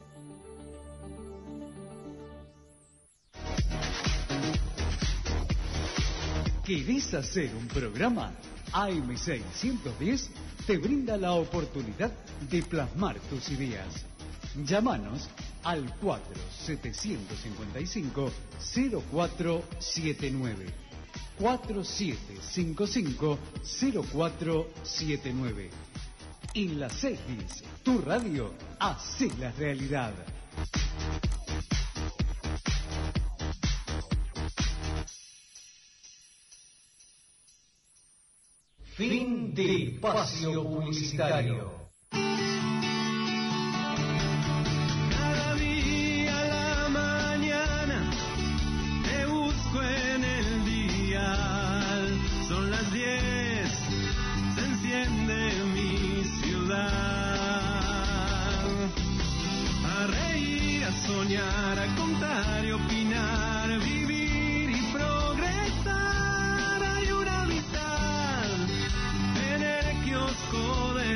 Speaker 2: ¿Querés hacer un programa? A M seiscientos diez te brinda la oportunidad de plasmar tus ideas. Llámanos al cuatro siete cinco cinco, cero cuatro siete nueve. cuatro siete cinco cinco, cero cuatro siete nueve. En la seiscientos diez, tu radio hace la realidad. Fin de espacio publicitario.
Speaker 19: Cada día a la mañana te busco en el dial. Son las diez, se enciende mi ciudad. A reír, a soñar, a contar y opinar, vivir y progresar. Hay una vital en el kiosco de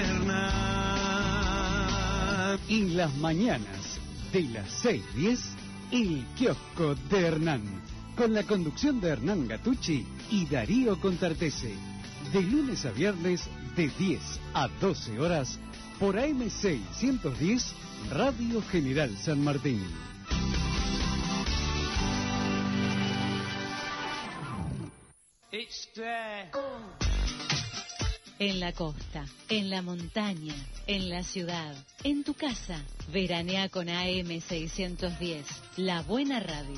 Speaker 19: Hernán.
Speaker 2: En las mañanas de las seis diez, el kiosco de Hernán, con la conducción de Hernán Gatucci y Darío Contartese, de lunes a viernes de diez a doce horas por A M seiscientos diez, Radio General San Martín.
Speaker 20: En la costa, en la montaña, en la ciudad, en tu casa, veranea con A M seiscientos diez, la buena radio.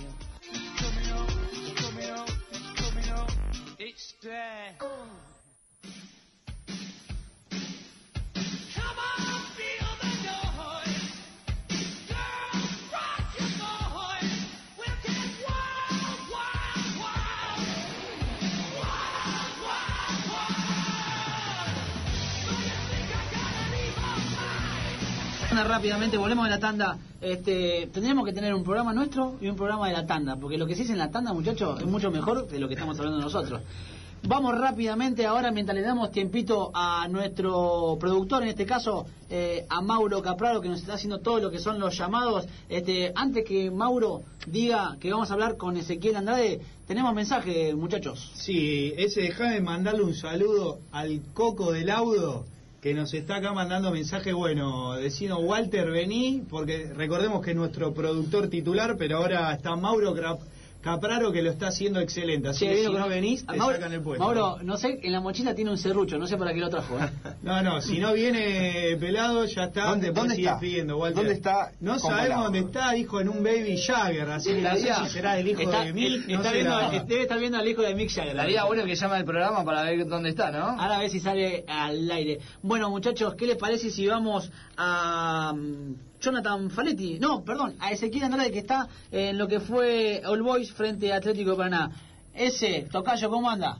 Speaker 3: Rápidamente, volvemos de la tanda. Este, tendríamos que tener un programa nuestro y un programa de la tanda, porque lo que se dice en la tanda, muchachos, es mucho mejor de lo que estamos hablando nosotros. Vamos rápidamente ahora, mientras le damos tiempito a nuestro productor, en este caso eh, a Mauro Capraro, que nos está haciendo todo lo que son los llamados. Este, antes que Mauro diga que vamos a hablar con Ezequiel Andrade, tenemos mensaje, muchachos.
Speaker 7: Sí, ese, déjame mandarle un saludo al Coco del Laudo, que nos está acá mandando mensaje. Bueno, decimos Walter, vení, porque recordemos que es nuestro productor titular, pero ahora está Mauro Capraro, que lo está haciendo excelente. Así
Speaker 3: Sí,
Speaker 7: que si
Speaker 3: que
Speaker 7: no
Speaker 3: no-
Speaker 7: venís, te
Speaker 3: Mauro,
Speaker 7: sacan el puesto.
Speaker 3: Mauro, no sé, en la mochila tiene un serrucho, no sé para qué lo trajo. ¿eh?
Speaker 7: No, no, si no viene pelado, ya está.
Speaker 21: ¿Dónde-
Speaker 7: te
Speaker 21: dónde
Speaker 7: sigue
Speaker 21: está?
Speaker 7: pidiendo, Walter.
Speaker 21: ¿Dónde está
Speaker 7: No
Speaker 21: con
Speaker 7: sabemos
Speaker 21: pelado?
Speaker 7: dónde está, hijo, en un Baby Jagger, así que no sé si será el hijo
Speaker 3: está,
Speaker 7: de Mick.
Speaker 3: está
Speaker 7: no
Speaker 3: viendo,
Speaker 7: será.
Speaker 3: debe estar viendo al hijo de Mick Jagger.
Speaker 8: Estaría bueno que llame al programa para ver dónde está, ¿no?
Speaker 3: Ahora a ver si sale al aire. Bueno, muchachos, ¿qué les parece si vamos a um, Jonathan Faletti? No, perdón, a Ezequiel Andrade, que está en lo que fue All Boys frente a Atlético de Paraná. Ese, tocayo, ¿cómo anda?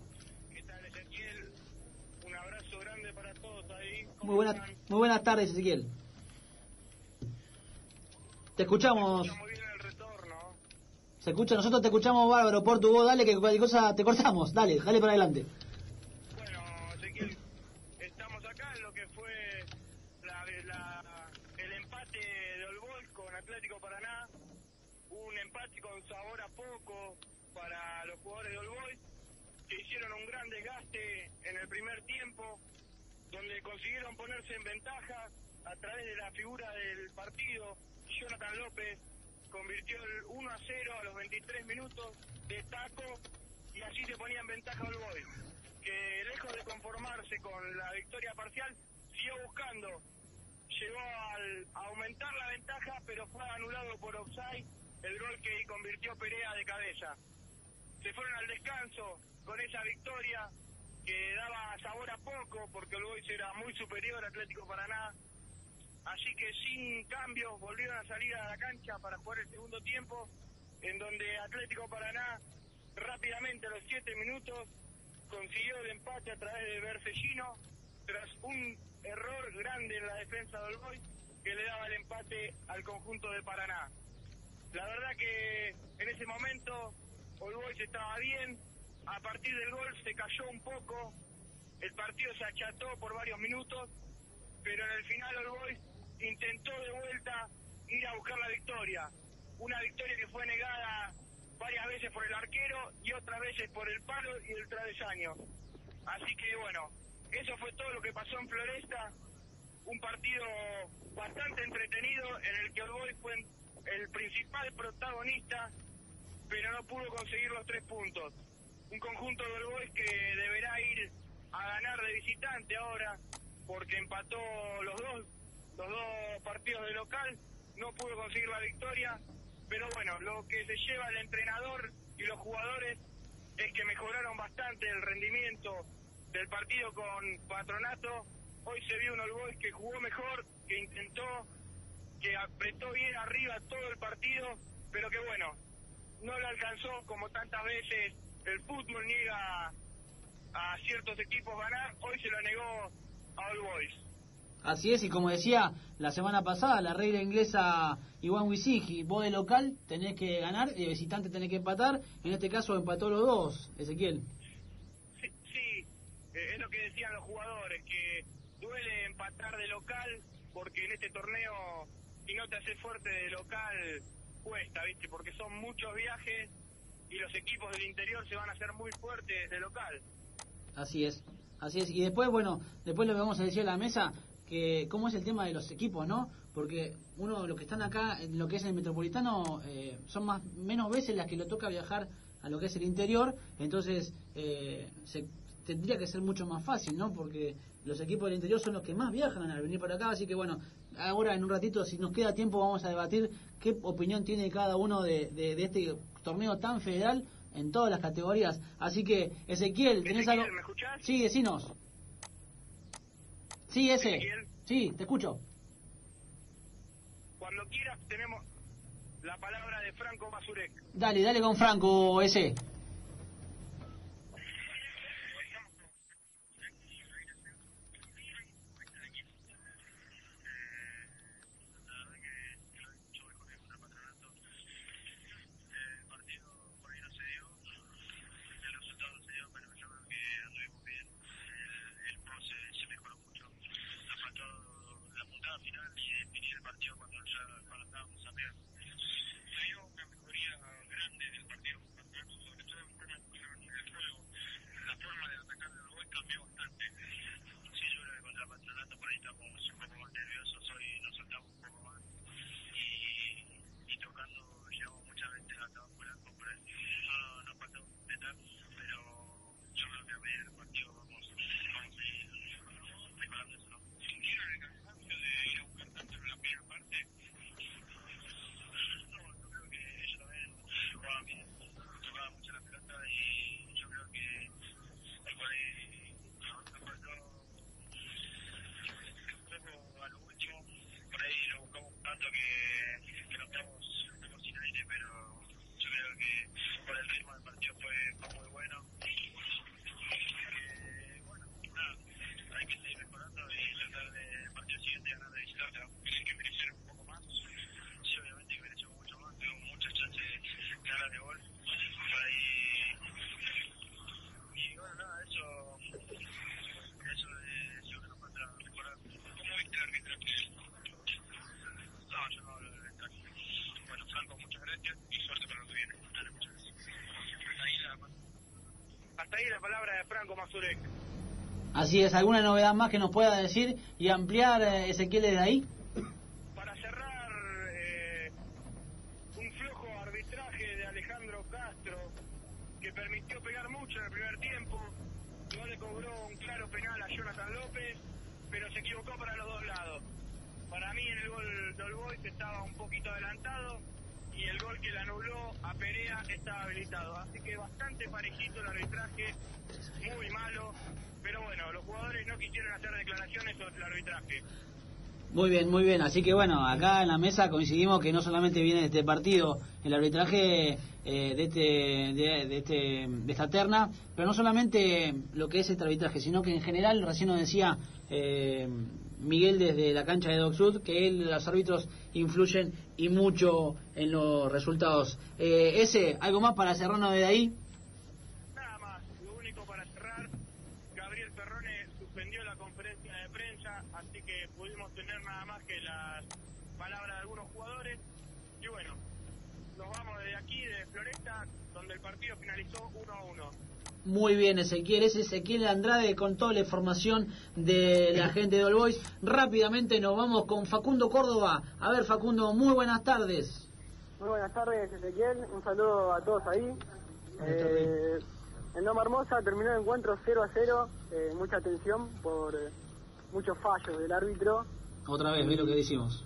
Speaker 3: Muy buenas, muy buenas tardes, Ezequiel. Te escuchamos. Se escucha, nosotros te escuchamos bárbaro, por tu voz, dale que cualquier cosa te cortamos, dale, dale para adelante.
Speaker 22: Con sabor a poco para los jugadores de All Boys, que hicieron un gran desgaste en el primer tiempo, donde consiguieron ponerse en ventaja a través de la figura del partido. Jonathan López convirtió el uno a cero a los veintitrés minutos de taco, y así se ponía en ventaja All Boys, que lejos de conformarse con la victoria parcial, siguió buscando, llegó al, a aumentar la ventaja, pero fue anulado por offside el gol que convirtió Perea de cabeza. Se fueron al descanso con esa victoria que daba sabor a poco, porque el Boys era muy superior a Atlético Paraná. Así que sin cambios volvieron a salir a la cancha para jugar el segundo tiempo, en donde Atlético Paraná rápidamente a los siete minutos consiguió el empate a través de Bercellino, tras un error grande en la defensa del Boys que le daba el empate al conjunto de Paraná. La verdad que en ese momento All Boys estaba bien, a partir del gol se cayó un poco, el partido se acható por varios minutos, pero en el final All Boys intentó de vuelta ir a buscar la victoria, una victoria que fue negada varias veces por el arquero y otras veces por el palo y el travesaño. Así que bueno, eso fue todo lo que pasó en Floresta, un partido bastante entretenido en el que All Boys fue el principal protagonista, pero no pudo conseguir los tres puntos. Un conjunto de All Boys que deberá ir a ganar de visitante ahora, porque empató los dos, los dos partidos de local, no pudo conseguir la victoria, pero bueno, lo que se lleva el entrenador y los jugadores es que mejoraron bastante el rendimiento del partido con Patronato. Hoy se vio un All Boys que jugó mejor, que intentó, que apretó bien arriba todo el partido, pero que bueno, no le alcanzó, como tantas veces el fútbol niega a ciertos equipos ganar, hoy se lo negó a All Boys.
Speaker 3: Así es, y como decía la semana pasada, la regla inglesa Iwan Wisigi, vos de local tenés que ganar y de visitante tenés que empatar, en este caso empató los dos, Ezequiel.
Speaker 22: Sí, sí, eh, es lo que decían los jugadores, que duele empatar de local, porque en este torneo, si no te haces fuerte de local, cuesta, ¿viste? Porque son muchos viajes y los equipos del interior se van a hacer muy fuertes de local.
Speaker 3: Así es, así es. Y después, bueno, después lo que vamos a decir a la mesa, que cómo es el tema de los equipos, ¿no? Porque uno, los que están acá, en lo que es el Metropolitano, eh, son más menos veces las que le toca viajar a lo que es el interior, entonces eh, se tendría que ser mucho más fácil, ¿no? Porque los equipos del interior son los que más viajan al venir para acá, así que bueno, ahora en un ratito, si nos queda tiempo, vamos a debatir qué opinión tiene cada uno de, de, de este torneo tan federal en todas las categorías. Así que, Ezequiel, ¿tenés
Speaker 22: Ezequiel,
Speaker 3: algo?
Speaker 22: ¿me escuchás?
Speaker 3: Sí, decinos. Sí, ese.
Speaker 22: Ezequiel.
Speaker 3: Sí, te escucho.
Speaker 22: Cuando quieras tenemos la palabra de Franco Mazurek.
Speaker 3: Dale, dale con Franco, ese.
Speaker 22: Hasta ahí la palabra de Franco Mazurek.
Speaker 3: Así es, ¿alguna novedad más que nos pueda decir y ampliar, eh, Ezequiel, desde ahí?
Speaker 22: Para cerrar, eh, un flojo arbitraje de Alejandro Castro, que permitió pegar mucho en el primer tiempo, no le cobró un claro penal a Jonathan López, pero se equivocó para los dos lados. Para mí en el gol de All Boys estaba un poquito adelantado y el gol que le anuló a Perea estaba habilitado. Así que bastante parejito el arbitraje, muy malo, pero bueno, los jugadores no quisieron hacer declaraciones sobre el arbitraje.
Speaker 3: Muy bien, muy bien. Así que bueno, acá en la mesa coincidimos que no solamente viene de este partido el arbitraje eh, de este de, de este de esta terna, pero no solamente lo que es este arbitraje, sino que en general, recién nos decía eh, Miguel desde la cancha de Doc Sud, que él, los árbitros influyen y mucho en los resultados. Eh, ese, ¿algo más para cerrarnos de ahí?
Speaker 22: Nada más, lo único para cerrar, Gabriel Perrone suspendió la conferencia de prensa, así que pudimos tener nada más que las palabras de algunos jugadores. Y bueno, nos vamos desde aquí, de Floresta, donde el partido finalizó uno a uno.
Speaker 3: Muy bien, Ezequiel, es Ezequiel Andrade con toda la información de la gente de All Boys. Rápidamente nos vamos con Facundo Córdoba. A ver, Facundo, muy buenas tardes.
Speaker 6: Muy buenas tardes, Ezequiel. Un saludo a todos ahí. Eh, en Loma Hermosa terminó el encuentro cero a cero. Eh, mucha tensión por eh, muchos fallos del árbitro.
Speaker 3: Otra vez, ve lo que decimos.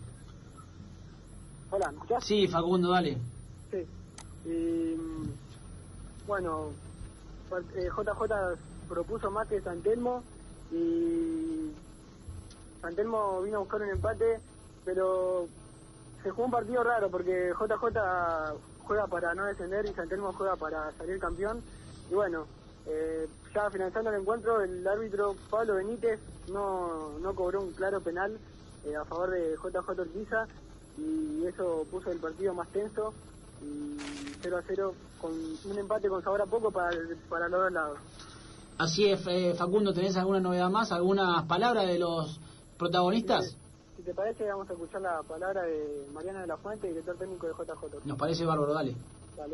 Speaker 6: Hola, ¿me escuchás?
Speaker 3: Sí, Facundo, dale.
Speaker 6: Sí. Y, bueno, eh, J J propuso más que San Telmo y San Telmo vino a buscar un empate, pero se jugó un partido raro porque J J juega para no descender y San Telmo juega para salir campeón. Y bueno, eh, ya finalizando el encuentro, el árbitro Pablo Benítez no, no cobró un claro penal eh, a favor de J J Urquiza y eso puso el partido más tenso y cero a cero con un empate con sabor a poco para, para los dos lados.
Speaker 3: Así es, eh, Facundo, ¿tenés alguna novedad más? ¿Algunas palabras de los protagonistas?
Speaker 6: Si te, si te parece, vamos a escuchar la palabra de Mariana de la Fuente, director técnico de J J.
Speaker 3: Nos parece bárbaro, dale.
Speaker 6: Dale.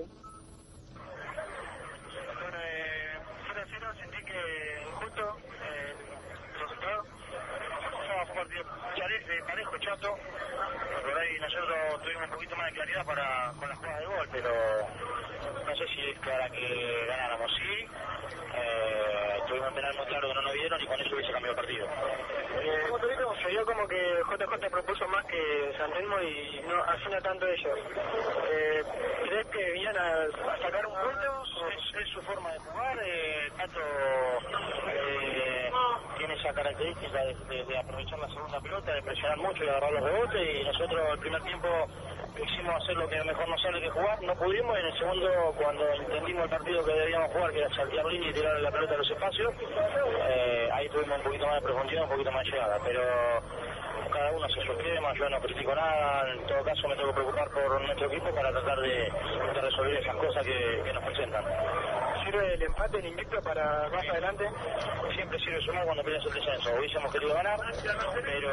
Speaker 22: Bueno, eh, cero a cero sentí que injusto eh, el resultado. Fue un partido eh, parejo, chato. Por ahí nosotros tuvimos un poquito más de claridad para, con la jugada de gol, pero no sé si es para que ganáramos. Sí, eh, tuvimos un penal muy claro que no nos dieron y con eso hubiese cambiado el partido. Eh, como te digo, se vio como que J J propuso más que San Telmo y no, así no tanto ellos. Eh, ¿Crees que vinieron a, a sacar un punto? Es, es su forma de jugar. Eh, Tato eh, tiene esa característica de, de, de aprovechar la segunda pelota, de presionar mucho y agarrar los rebotes, y nosotros el primer tiempo quisimos hacer lo que mejor nos sale que jugar, no pudimos, y en el segundo, cuando entendimos el partido que debíamos jugar, que era saltear línea y tirar la pelota a los espacios, eh, ahí tuvimos un poquito más de profundidad, un poquito más de llegada, pero cada uno hace su esquema, yo no critico nada, en todo caso me tengo que preocupar por nuestro equipo para tratar de, de resolver esas cosas que, que nos presentan. ¿Sirve el empate, el invicto para más adelante? Siempre sirve sumar cuando pierdes el descenso. Hubiésemos querido ganar, pero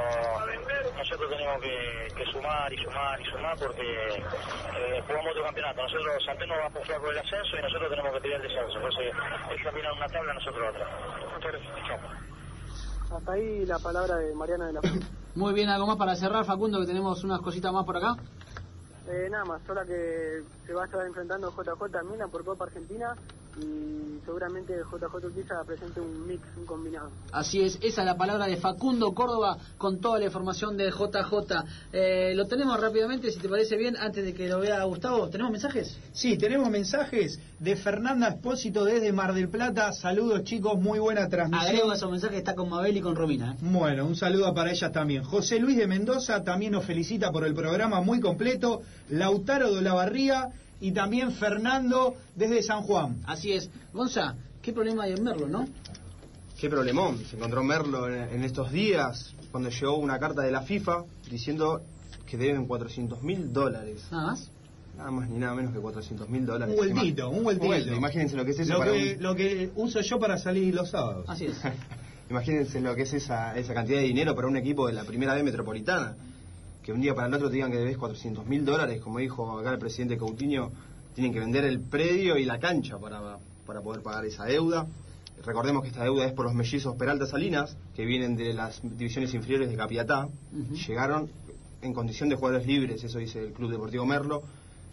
Speaker 22: nosotros tenemos que, que sumar y sumar y sumar porque eh, jugamos otro campeonato. Nosotros, Santelmo va a jugar por el ascenso y nosotros tenemos que pelear el descenso. Entonces, ellos opinan una tabla, nosotros otra. Muchas gracias. Chao.
Speaker 6: Hasta ahí la palabra de Mariana de la Fuente.
Speaker 3: Muy bien, ¿algo más para cerrar, Facundo, que tenemos unas cositas más por acá?
Speaker 6: Eh, nada más, sola que se va a estar enfrentando J J Milan por Copa Argentina y seguramente J J Urquiza presente un mix, un combinado.
Speaker 3: Así es, esa es la palabra de Facundo Córdoba con toda la información de J J. Eh, lo tenemos rápidamente, si te parece bien, antes de que lo vea Gustavo. ¿Tenemos mensajes?
Speaker 7: Sí, tenemos mensajes de Fernanda Espósito desde Mar del Plata. Saludos, chicos, muy buena transmisión.
Speaker 3: Agrego esos mensajes, está con Mabel y con Romina. ¿eh?
Speaker 7: Bueno, un saludo para ellas también. José Luis de Mendoza también nos felicita por el programa muy completo. Lautaro de Olavarría y también Fernando desde San Juan.
Speaker 3: Así es. Gonza, ¿qué problema hay en Merlo, no?
Speaker 21: Qué problemón. Se encontró Merlo en, en estos días cuando llegó una carta de la FIFA diciendo que deben cuatrocientos mil dólares.
Speaker 3: ¿Nada más?
Speaker 21: Nada más ni nada menos que cuatrocientos mil dólares.
Speaker 7: Un vueltito, un vueltito.
Speaker 21: Un vuelto. Imagínense lo que es eso
Speaker 7: lo
Speaker 21: para
Speaker 7: que,
Speaker 21: un...
Speaker 7: lo que uso yo para salir los sábados.
Speaker 3: Así es.
Speaker 21: Imagínense lo que es esa, esa cantidad de dinero para un equipo de la primera B metropolitana. Que un día para el otro te digan que debes cuatrocientos mil dólares, como dijo acá el presidente Coutinho, tienen que vender el predio y la cancha para, para poder pagar esa deuda. Recordemos que esta deuda es por los mellizos Peralta Salinas, que vienen de las divisiones inferiores de Capiatá. Uh-huh. Llegaron en condición de jugadores libres, eso dice el Club Deportivo Merlo.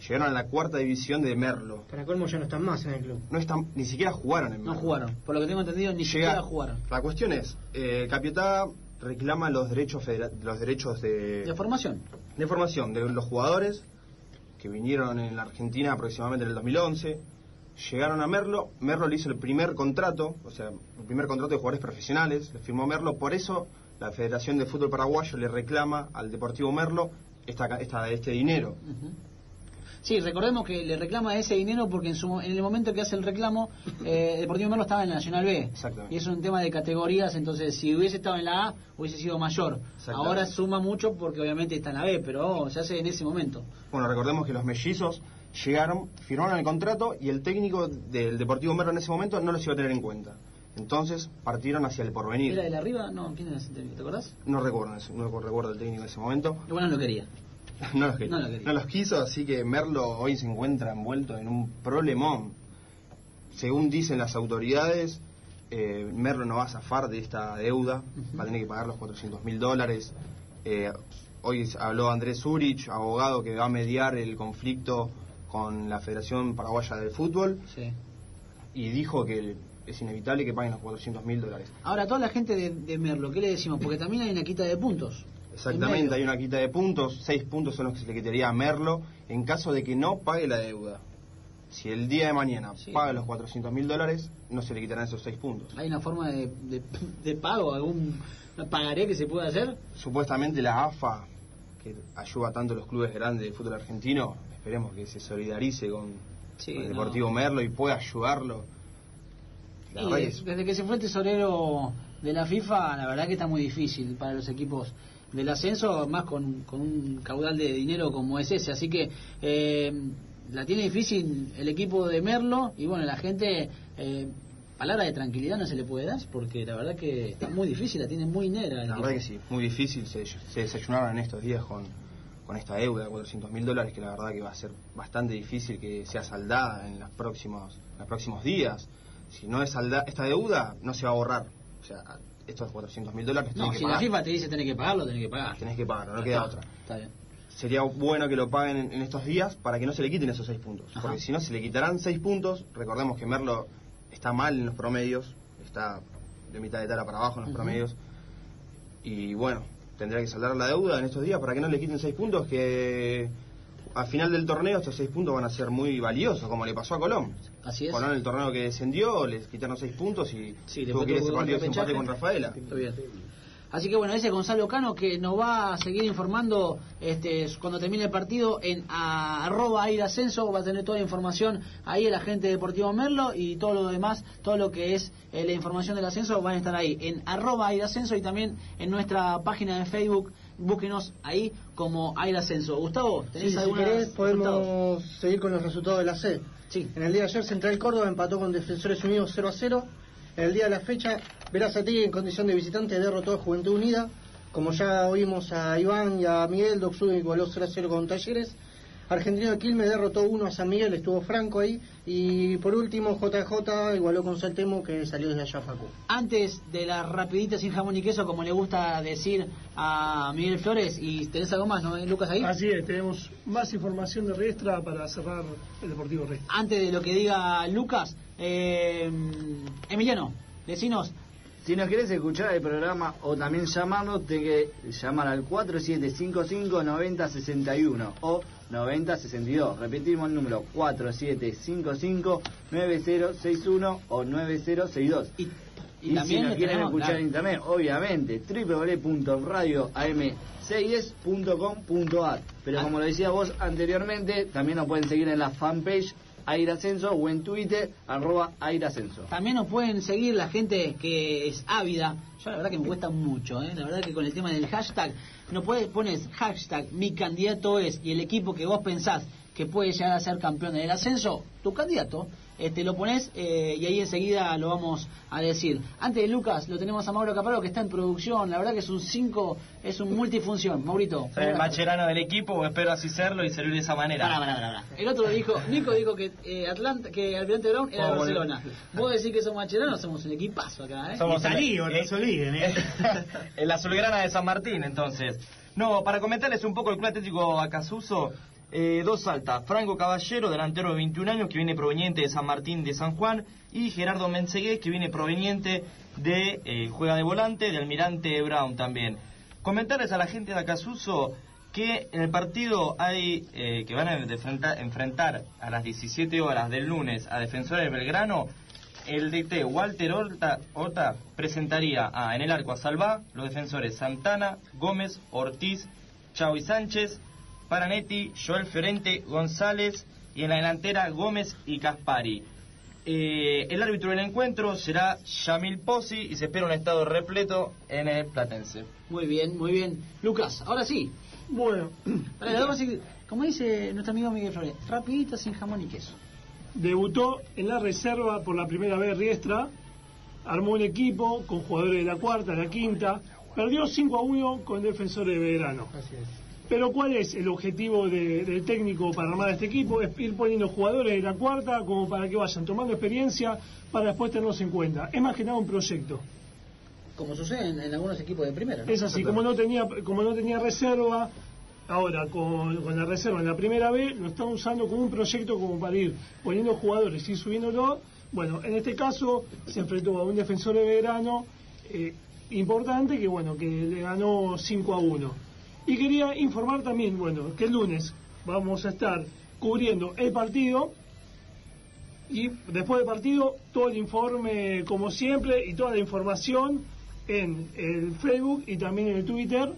Speaker 21: llegaron a la cuarta división de Merlo.
Speaker 1: Para colmo ya no están más en el club.
Speaker 21: No están, ni siquiera jugaron en Merlo.
Speaker 3: No jugaron, por lo que tengo entendido, ni
Speaker 21: Llega,
Speaker 3: siquiera jugaron.
Speaker 21: La cuestión es, eh, Capiatá reclama los derechos federa- los derechos de...
Speaker 3: De formación.
Speaker 21: De formación, de los jugadores que vinieron en la Argentina aproximadamente en el dos mil once, llegaron a Merlo, Merlo le hizo el primer contrato, o sea, el primer contrato de jugadores profesionales, le firmó Merlo, por eso la Federación de Fútbol Paraguayo le reclama al Deportivo Merlo esta, esta, este dinero.
Speaker 3: Uh-huh. Sí, recordemos que le reclama ese dinero porque en, su, en el momento que hace el reclamo, eh, Deportivo Merlo estaba en la Nacional B.
Speaker 21: Exactamente.
Speaker 3: Y es un tema de categorías, entonces si hubiese estado en la A, hubiese sido mayor. Ahora suma mucho porque obviamente está en la B, pero oh, se hace en ese momento.
Speaker 21: Bueno, recordemos que los mellizos llegaron, firmaron el contrato y el técnico del Deportivo Merlo en ese momento no los iba a tener en cuenta. Entonces partieron hacia el porvenir.
Speaker 3: ¿Era de la arriba? No, ¿quién era ese técnico? ¿Te acordás?
Speaker 21: No recuerdo, no recuerdo el técnico en ese momento.
Speaker 3: Igual no lo quería.
Speaker 21: No los, quería.
Speaker 3: No, lo quería.
Speaker 21: no los quiso, así que Merlo hoy se encuentra envuelto en un problemón. Según dicen las autoridades, eh, Merlo no va a zafar de esta deuda, uh-huh. va a tener que pagar los cuatrocientos mil dólares. Eh, hoy habló Andrés Zurich, abogado que va a mediar el conflicto con la Federación Paraguaya del Fútbol,
Speaker 3: sí.
Speaker 21: y dijo que es inevitable que paguen los cuatrocientos mil dólares.
Speaker 3: Ahora, toda la gente de, de Merlo, ¿qué le decimos? Porque también hay una quita de puntos.
Speaker 21: Exactamente, hay una quita de puntos, seis puntos son los que se le quitaría a Merlo en caso de que no pague la deuda. Si el día de mañana sí. paga los cuatrocientos mil dólares, no se le quitarán esos seis puntos.
Speaker 3: ¿Hay una forma de, de, de pago, algún pagaré que se pueda hacer?
Speaker 21: Supuestamente la A F A, que ayuda tanto a los clubes grandes del fútbol argentino, esperemos que se solidarice con,
Speaker 3: sí,
Speaker 21: con el Deportivo
Speaker 3: no.
Speaker 21: Merlo y pueda ayudarlo.
Speaker 3: Y es, desde que se fue el tesorero de la FIFA, la verdad que está muy difícil para los equipos del ascenso, más con, con un caudal de dinero como es ese, así que eh, la tiene difícil el equipo de Merlo y bueno, la gente, eh, palabra de tranquilidad no se le puede dar porque la verdad que está muy difícil, la tiene muy negra.
Speaker 21: La verdad que sí, muy difícil, se, se desayunaron en estos días con, con esta deuda de cuatrocientos mil dólares que la verdad que va a ser bastante difícil que sea saldada en los próximos, en los próximos días. Si no es saldada esta deuda, no se va a borrar, o sea, estos cuatrocientos mil dólares
Speaker 3: no,
Speaker 21: que
Speaker 3: si
Speaker 21: pagar.
Speaker 3: La FIFA te dice tenés que pagarlo, tenés que pagar.
Speaker 21: Tenés que pagarlo, no
Speaker 3: está,
Speaker 21: queda otra.
Speaker 3: Está bien.
Speaker 21: Sería bueno que lo paguen en, en estos días para que no se le quiten esos seis puntos. Ajá. Porque si no, se le quitarán seis puntos. Recordemos que Merlo está mal en los promedios, está de mitad de tabla para abajo en los uh-huh. promedios. Y bueno, tendrá que saldar la deuda en estos días para que no le quiten seis puntos, que al final del torneo estos seis puntos van a ser muy valiosos, como le pasó a Colón.
Speaker 3: Así es.
Speaker 21: Colón, el torneo que descendió, les quitaron seis puntos y
Speaker 3: sí,
Speaker 21: tuvo que ir ese partido de empate con Rafaela.
Speaker 3: Está bien. Así que bueno, ese es Gonzalo Cano que nos va a seguir informando este, cuando termine el partido en a, arroba Aire Ascenso, va a tener toda la información ahí el agente Deportivo Merlo y todo lo demás, todo lo que es eh, la información del ascenso van a estar ahí en arroba Aire Ascenso y también en nuestra página de Facebook, búsquenos ahí como Aire Ascenso. Gustavo, ¿tenés
Speaker 1: sí,
Speaker 3: alguna?
Speaker 1: Si querés podemos resultados? seguir con los resultados de la C.
Speaker 3: Sí.
Speaker 1: En el día de ayer Central Córdoba empató con Defensores Unidos cero a cero. En el día de la fecha, Verazategui en condición de visitante derrotó a Juventud Unida. Como ya oímos a Iván y a Miguel, Doc Sud igualó cero a cero con Talleres. Argentino de Quilmes derrotó uno a San Miguel, estuvo Franco ahí. Y por último, J J igualó con Saltemo, que salió desde allá Facu.
Speaker 3: Antes de las rapiditas sin jamón y queso, como le gusta decir a Miguel Flores, y tenés algo más, ¿no, Lucas, ahí?
Speaker 15: Así es, tenemos más información de Riestra para cerrar el Deportivo Riestra.
Speaker 3: Antes de lo que diga Lucas, eh, Emiliano, decinos.
Speaker 8: Si nos querés escuchar el programa o también llamarnos, tenés que llamar al cuatro siete cinco cinco nueve cero seis uno o nueve cero seis dos. Repetimos el número cuatro siete cinco cinco nueve cero seis uno o nueve cero seis dos.
Speaker 3: Y, y,
Speaker 8: y
Speaker 3: también
Speaker 8: si nos quieren
Speaker 3: tenemos,
Speaker 8: escuchar
Speaker 3: claro.
Speaker 8: en internet, obviamente, doble u doble u doble u punto radio a m seis punto com punto a r. Pero ah. como lo decía vos anteriormente, también nos pueden seguir en la fanpage Aire Ascenso o en Twitter, arroba Aire Ascenso.
Speaker 3: También nos pueden seguir la gente que es ávida. Yo la verdad que me cuesta mucho, ¿eh? La verdad que con el tema del hashtag, no puedes, pones hashtag mi candidato es y el equipo que vos pensás que puede llegar a ser campeón del ascenso, tu candidato, este, lo pones eh, y ahí enseguida lo vamos a decir. Antes de Lucas, lo tenemos a Mauro Caparo que está en producción, la verdad que es un cinco, es un multifunción. Maurito.
Speaker 9: Soy el macherano del equipo, espero así serlo y servir de esa manera.
Speaker 3: Pará, pará, pará. El otro dijo, Nico dijo que eh, Atlanta, que Almirante Brown era oh, Barcelona. Bueno. Vos decís que somos macheranos, somos un equipazo acá, ¿eh?
Speaker 9: Somos
Speaker 3: el,
Speaker 9: lío, no se olviden, ¿eh? El azulgrana de San Martín, entonces. No, para comentarles un poco el Club Atlético Acasuso. Eh, dos Salta, Franco Caballero, delantero de veintiún años, que viene proveniente de San Martín de San Juan, y Gerardo Mensegués, que viene proveniente de, eh, juega de volante, de Almirante Brown también. Comentarles a la gente de Acasuso que en el partido hay eh, que van a enfrentar, enfrentar a las diecisiete horas del lunes a Defensores de Belgrano. El D T Walter Horta, Horta presentaría a, en el arco a Salvá, los defensores Santana, Gómez, Ortiz, Chau y Sánchez, Paranetti, Joel Ferente, González, y en la delantera Gómez y Caspari. Eh, el árbitro del encuentro será Yamil Pozzi y se espera un estado repleto en el Platense.
Speaker 3: Muy bien, muy bien. Lucas, ahora sí.
Speaker 15: Bueno,
Speaker 3: Vale, vamos a ir, como dice nuestro amigo Miguel Flores, rapidito, sin jamón y queso.
Speaker 15: Debutó en la reserva por la primera vez Riestra, armó un equipo con jugadores de la cuarta, la quinta, perdió cinco a uno con Defensores de Belgrano.
Speaker 1: Así es.
Speaker 15: Pero ¿cuál es el objetivo de, del técnico para armar este equipo? Es ir poniendo jugadores de la cuarta como para que vayan tomando experiencia para después tenerlos en cuenta. Es más que nada un proyecto.
Speaker 3: Como sucede en, en algunos equipos de primera, ¿no?
Speaker 15: Es así, como no tenía como no tenía reserva, ahora con, con la reserva en la primera vez lo están usando como un proyecto como para ir poniendo jugadores y subiéndolo. Bueno, en este caso se enfrentó a un Defensor de Belgrano eh, importante que bueno que le ganó cinco a uno. Y quería informar también, bueno, que el lunes vamos a estar cubriendo el partido y después del partido todo el informe como siempre y toda la información en el Facebook y también en el Twitter,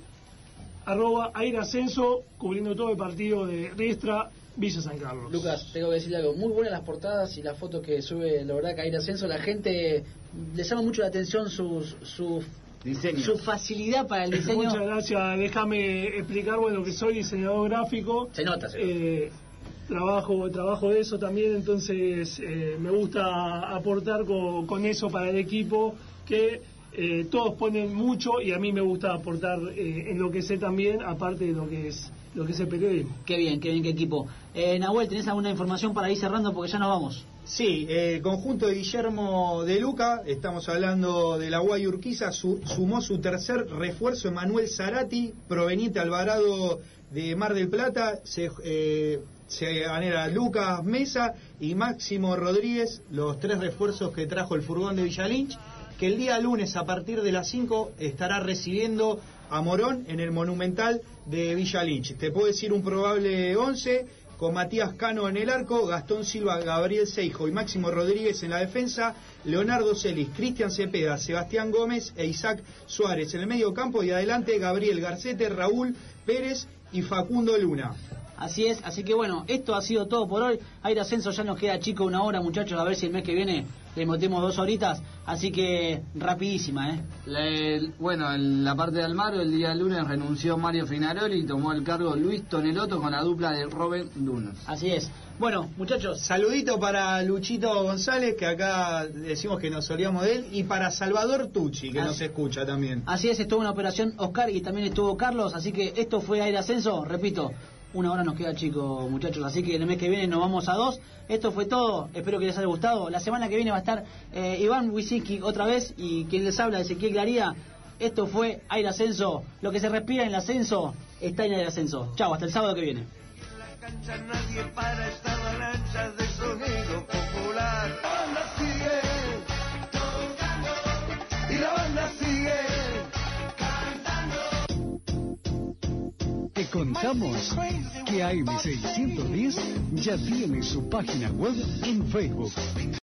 Speaker 15: arroba Aire Ascenso, cubriendo todo el partido de Riestra, Villa San Carlos.
Speaker 3: Lucas, tengo que decirle algo, muy buenas las portadas y las fotos que sube, la verdad que Aire Ascenso, la gente le llama mucho la atención sus... sus
Speaker 8: Diseño.
Speaker 3: Su facilidad para el diseño.
Speaker 15: Muchas gracias. Déjame explicar, bueno, que soy diseñador gráfico.
Speaker 3: Se nota, se
Speaker 15: eh, trabajo trabajo de eso también, entonces eh, me gusta aportar con, con eso para el equipo, que eh, todos ponen mucho y a mí me gusta aportar eh, en lo que sé también, aparte de lo que es lo que es el periodismo.
Speaker 3: Qué bien, qué bien, qué equipo. Eh, Nahuel, ¿tenés alguna información para ir cerrando? Porque ya nos vamos.
Speaker 7: Sí, el conjunto de Guillermo de Luca, estamos hablando de la Guay Urquiza, su, sumó su tercer refuerzo, Emanuel Zarati, proveniente Alvarado de Mar del Plata, se, eh, se anera Lucas Mesa y Máximo Rodríguez, los tres refuerzos que trajo el furgón de Villalinch, que el día lunes a partir de las cinco estará recibiendo a Morón en el Monumental de Villalinch. Te puedo decir un probable once, con Matías Cano en el arco, Gastón Silva, Gabriel Seijo y Máximo Rodríguez en la defensa, Leonardo Celis, Cristian Cepeda, Sebastián Gómez e Isaac Suárez en el medio campo, y adelante Gabriel Garcete, Raúl Pérez y Facundo Luna.
Speaker 3: Así es, así que bueno, esto ha sido todo por hoy. Aire Ascenso ya nos queda chico una hora, muchachos, a ver si el mes que viene le metemos dos horitas, así que rapidísima, ¿eh?
Speaker 8: Le, bueno, en la parte de Almagro el día lunes renunció Mario Finaroli y tomó el cargo Luis Tonelotto con la dupla de Robert Dunos.
Speaker 3: Así es. Bueno, muchachos,
Speaker 7: saludito para Luchito González, que acá decimos que nos olvidamos de él, y para Salvador Tucci, que así nos escucha también.
Speaker 3: Así es, estuvo en la operación Oscar y también estuvo Carlos, así que esto fue Aire Ascenso, repito. Una hora nos queda, chicos, muchachos, así que el mes que viene nos vamos a dos. Esto fue todo, espero que les haya gustado. La semana que viene va a estar eh, Iván Wisinski otra vez y quien les habla, Ezequiel Claría. Esto fue Aire Ascenso. Lo que se respira en el ascenso está en el ascenso. Chao, hasta el sábado que viene.
Speaker 19: Cancha nadie para esta avalancha de sonido popular. La banda sigue tocando y la banda sigue cantando.
Speaker 2: Te contamos que A M seiscientos diez ya tiene su página web en Facebook.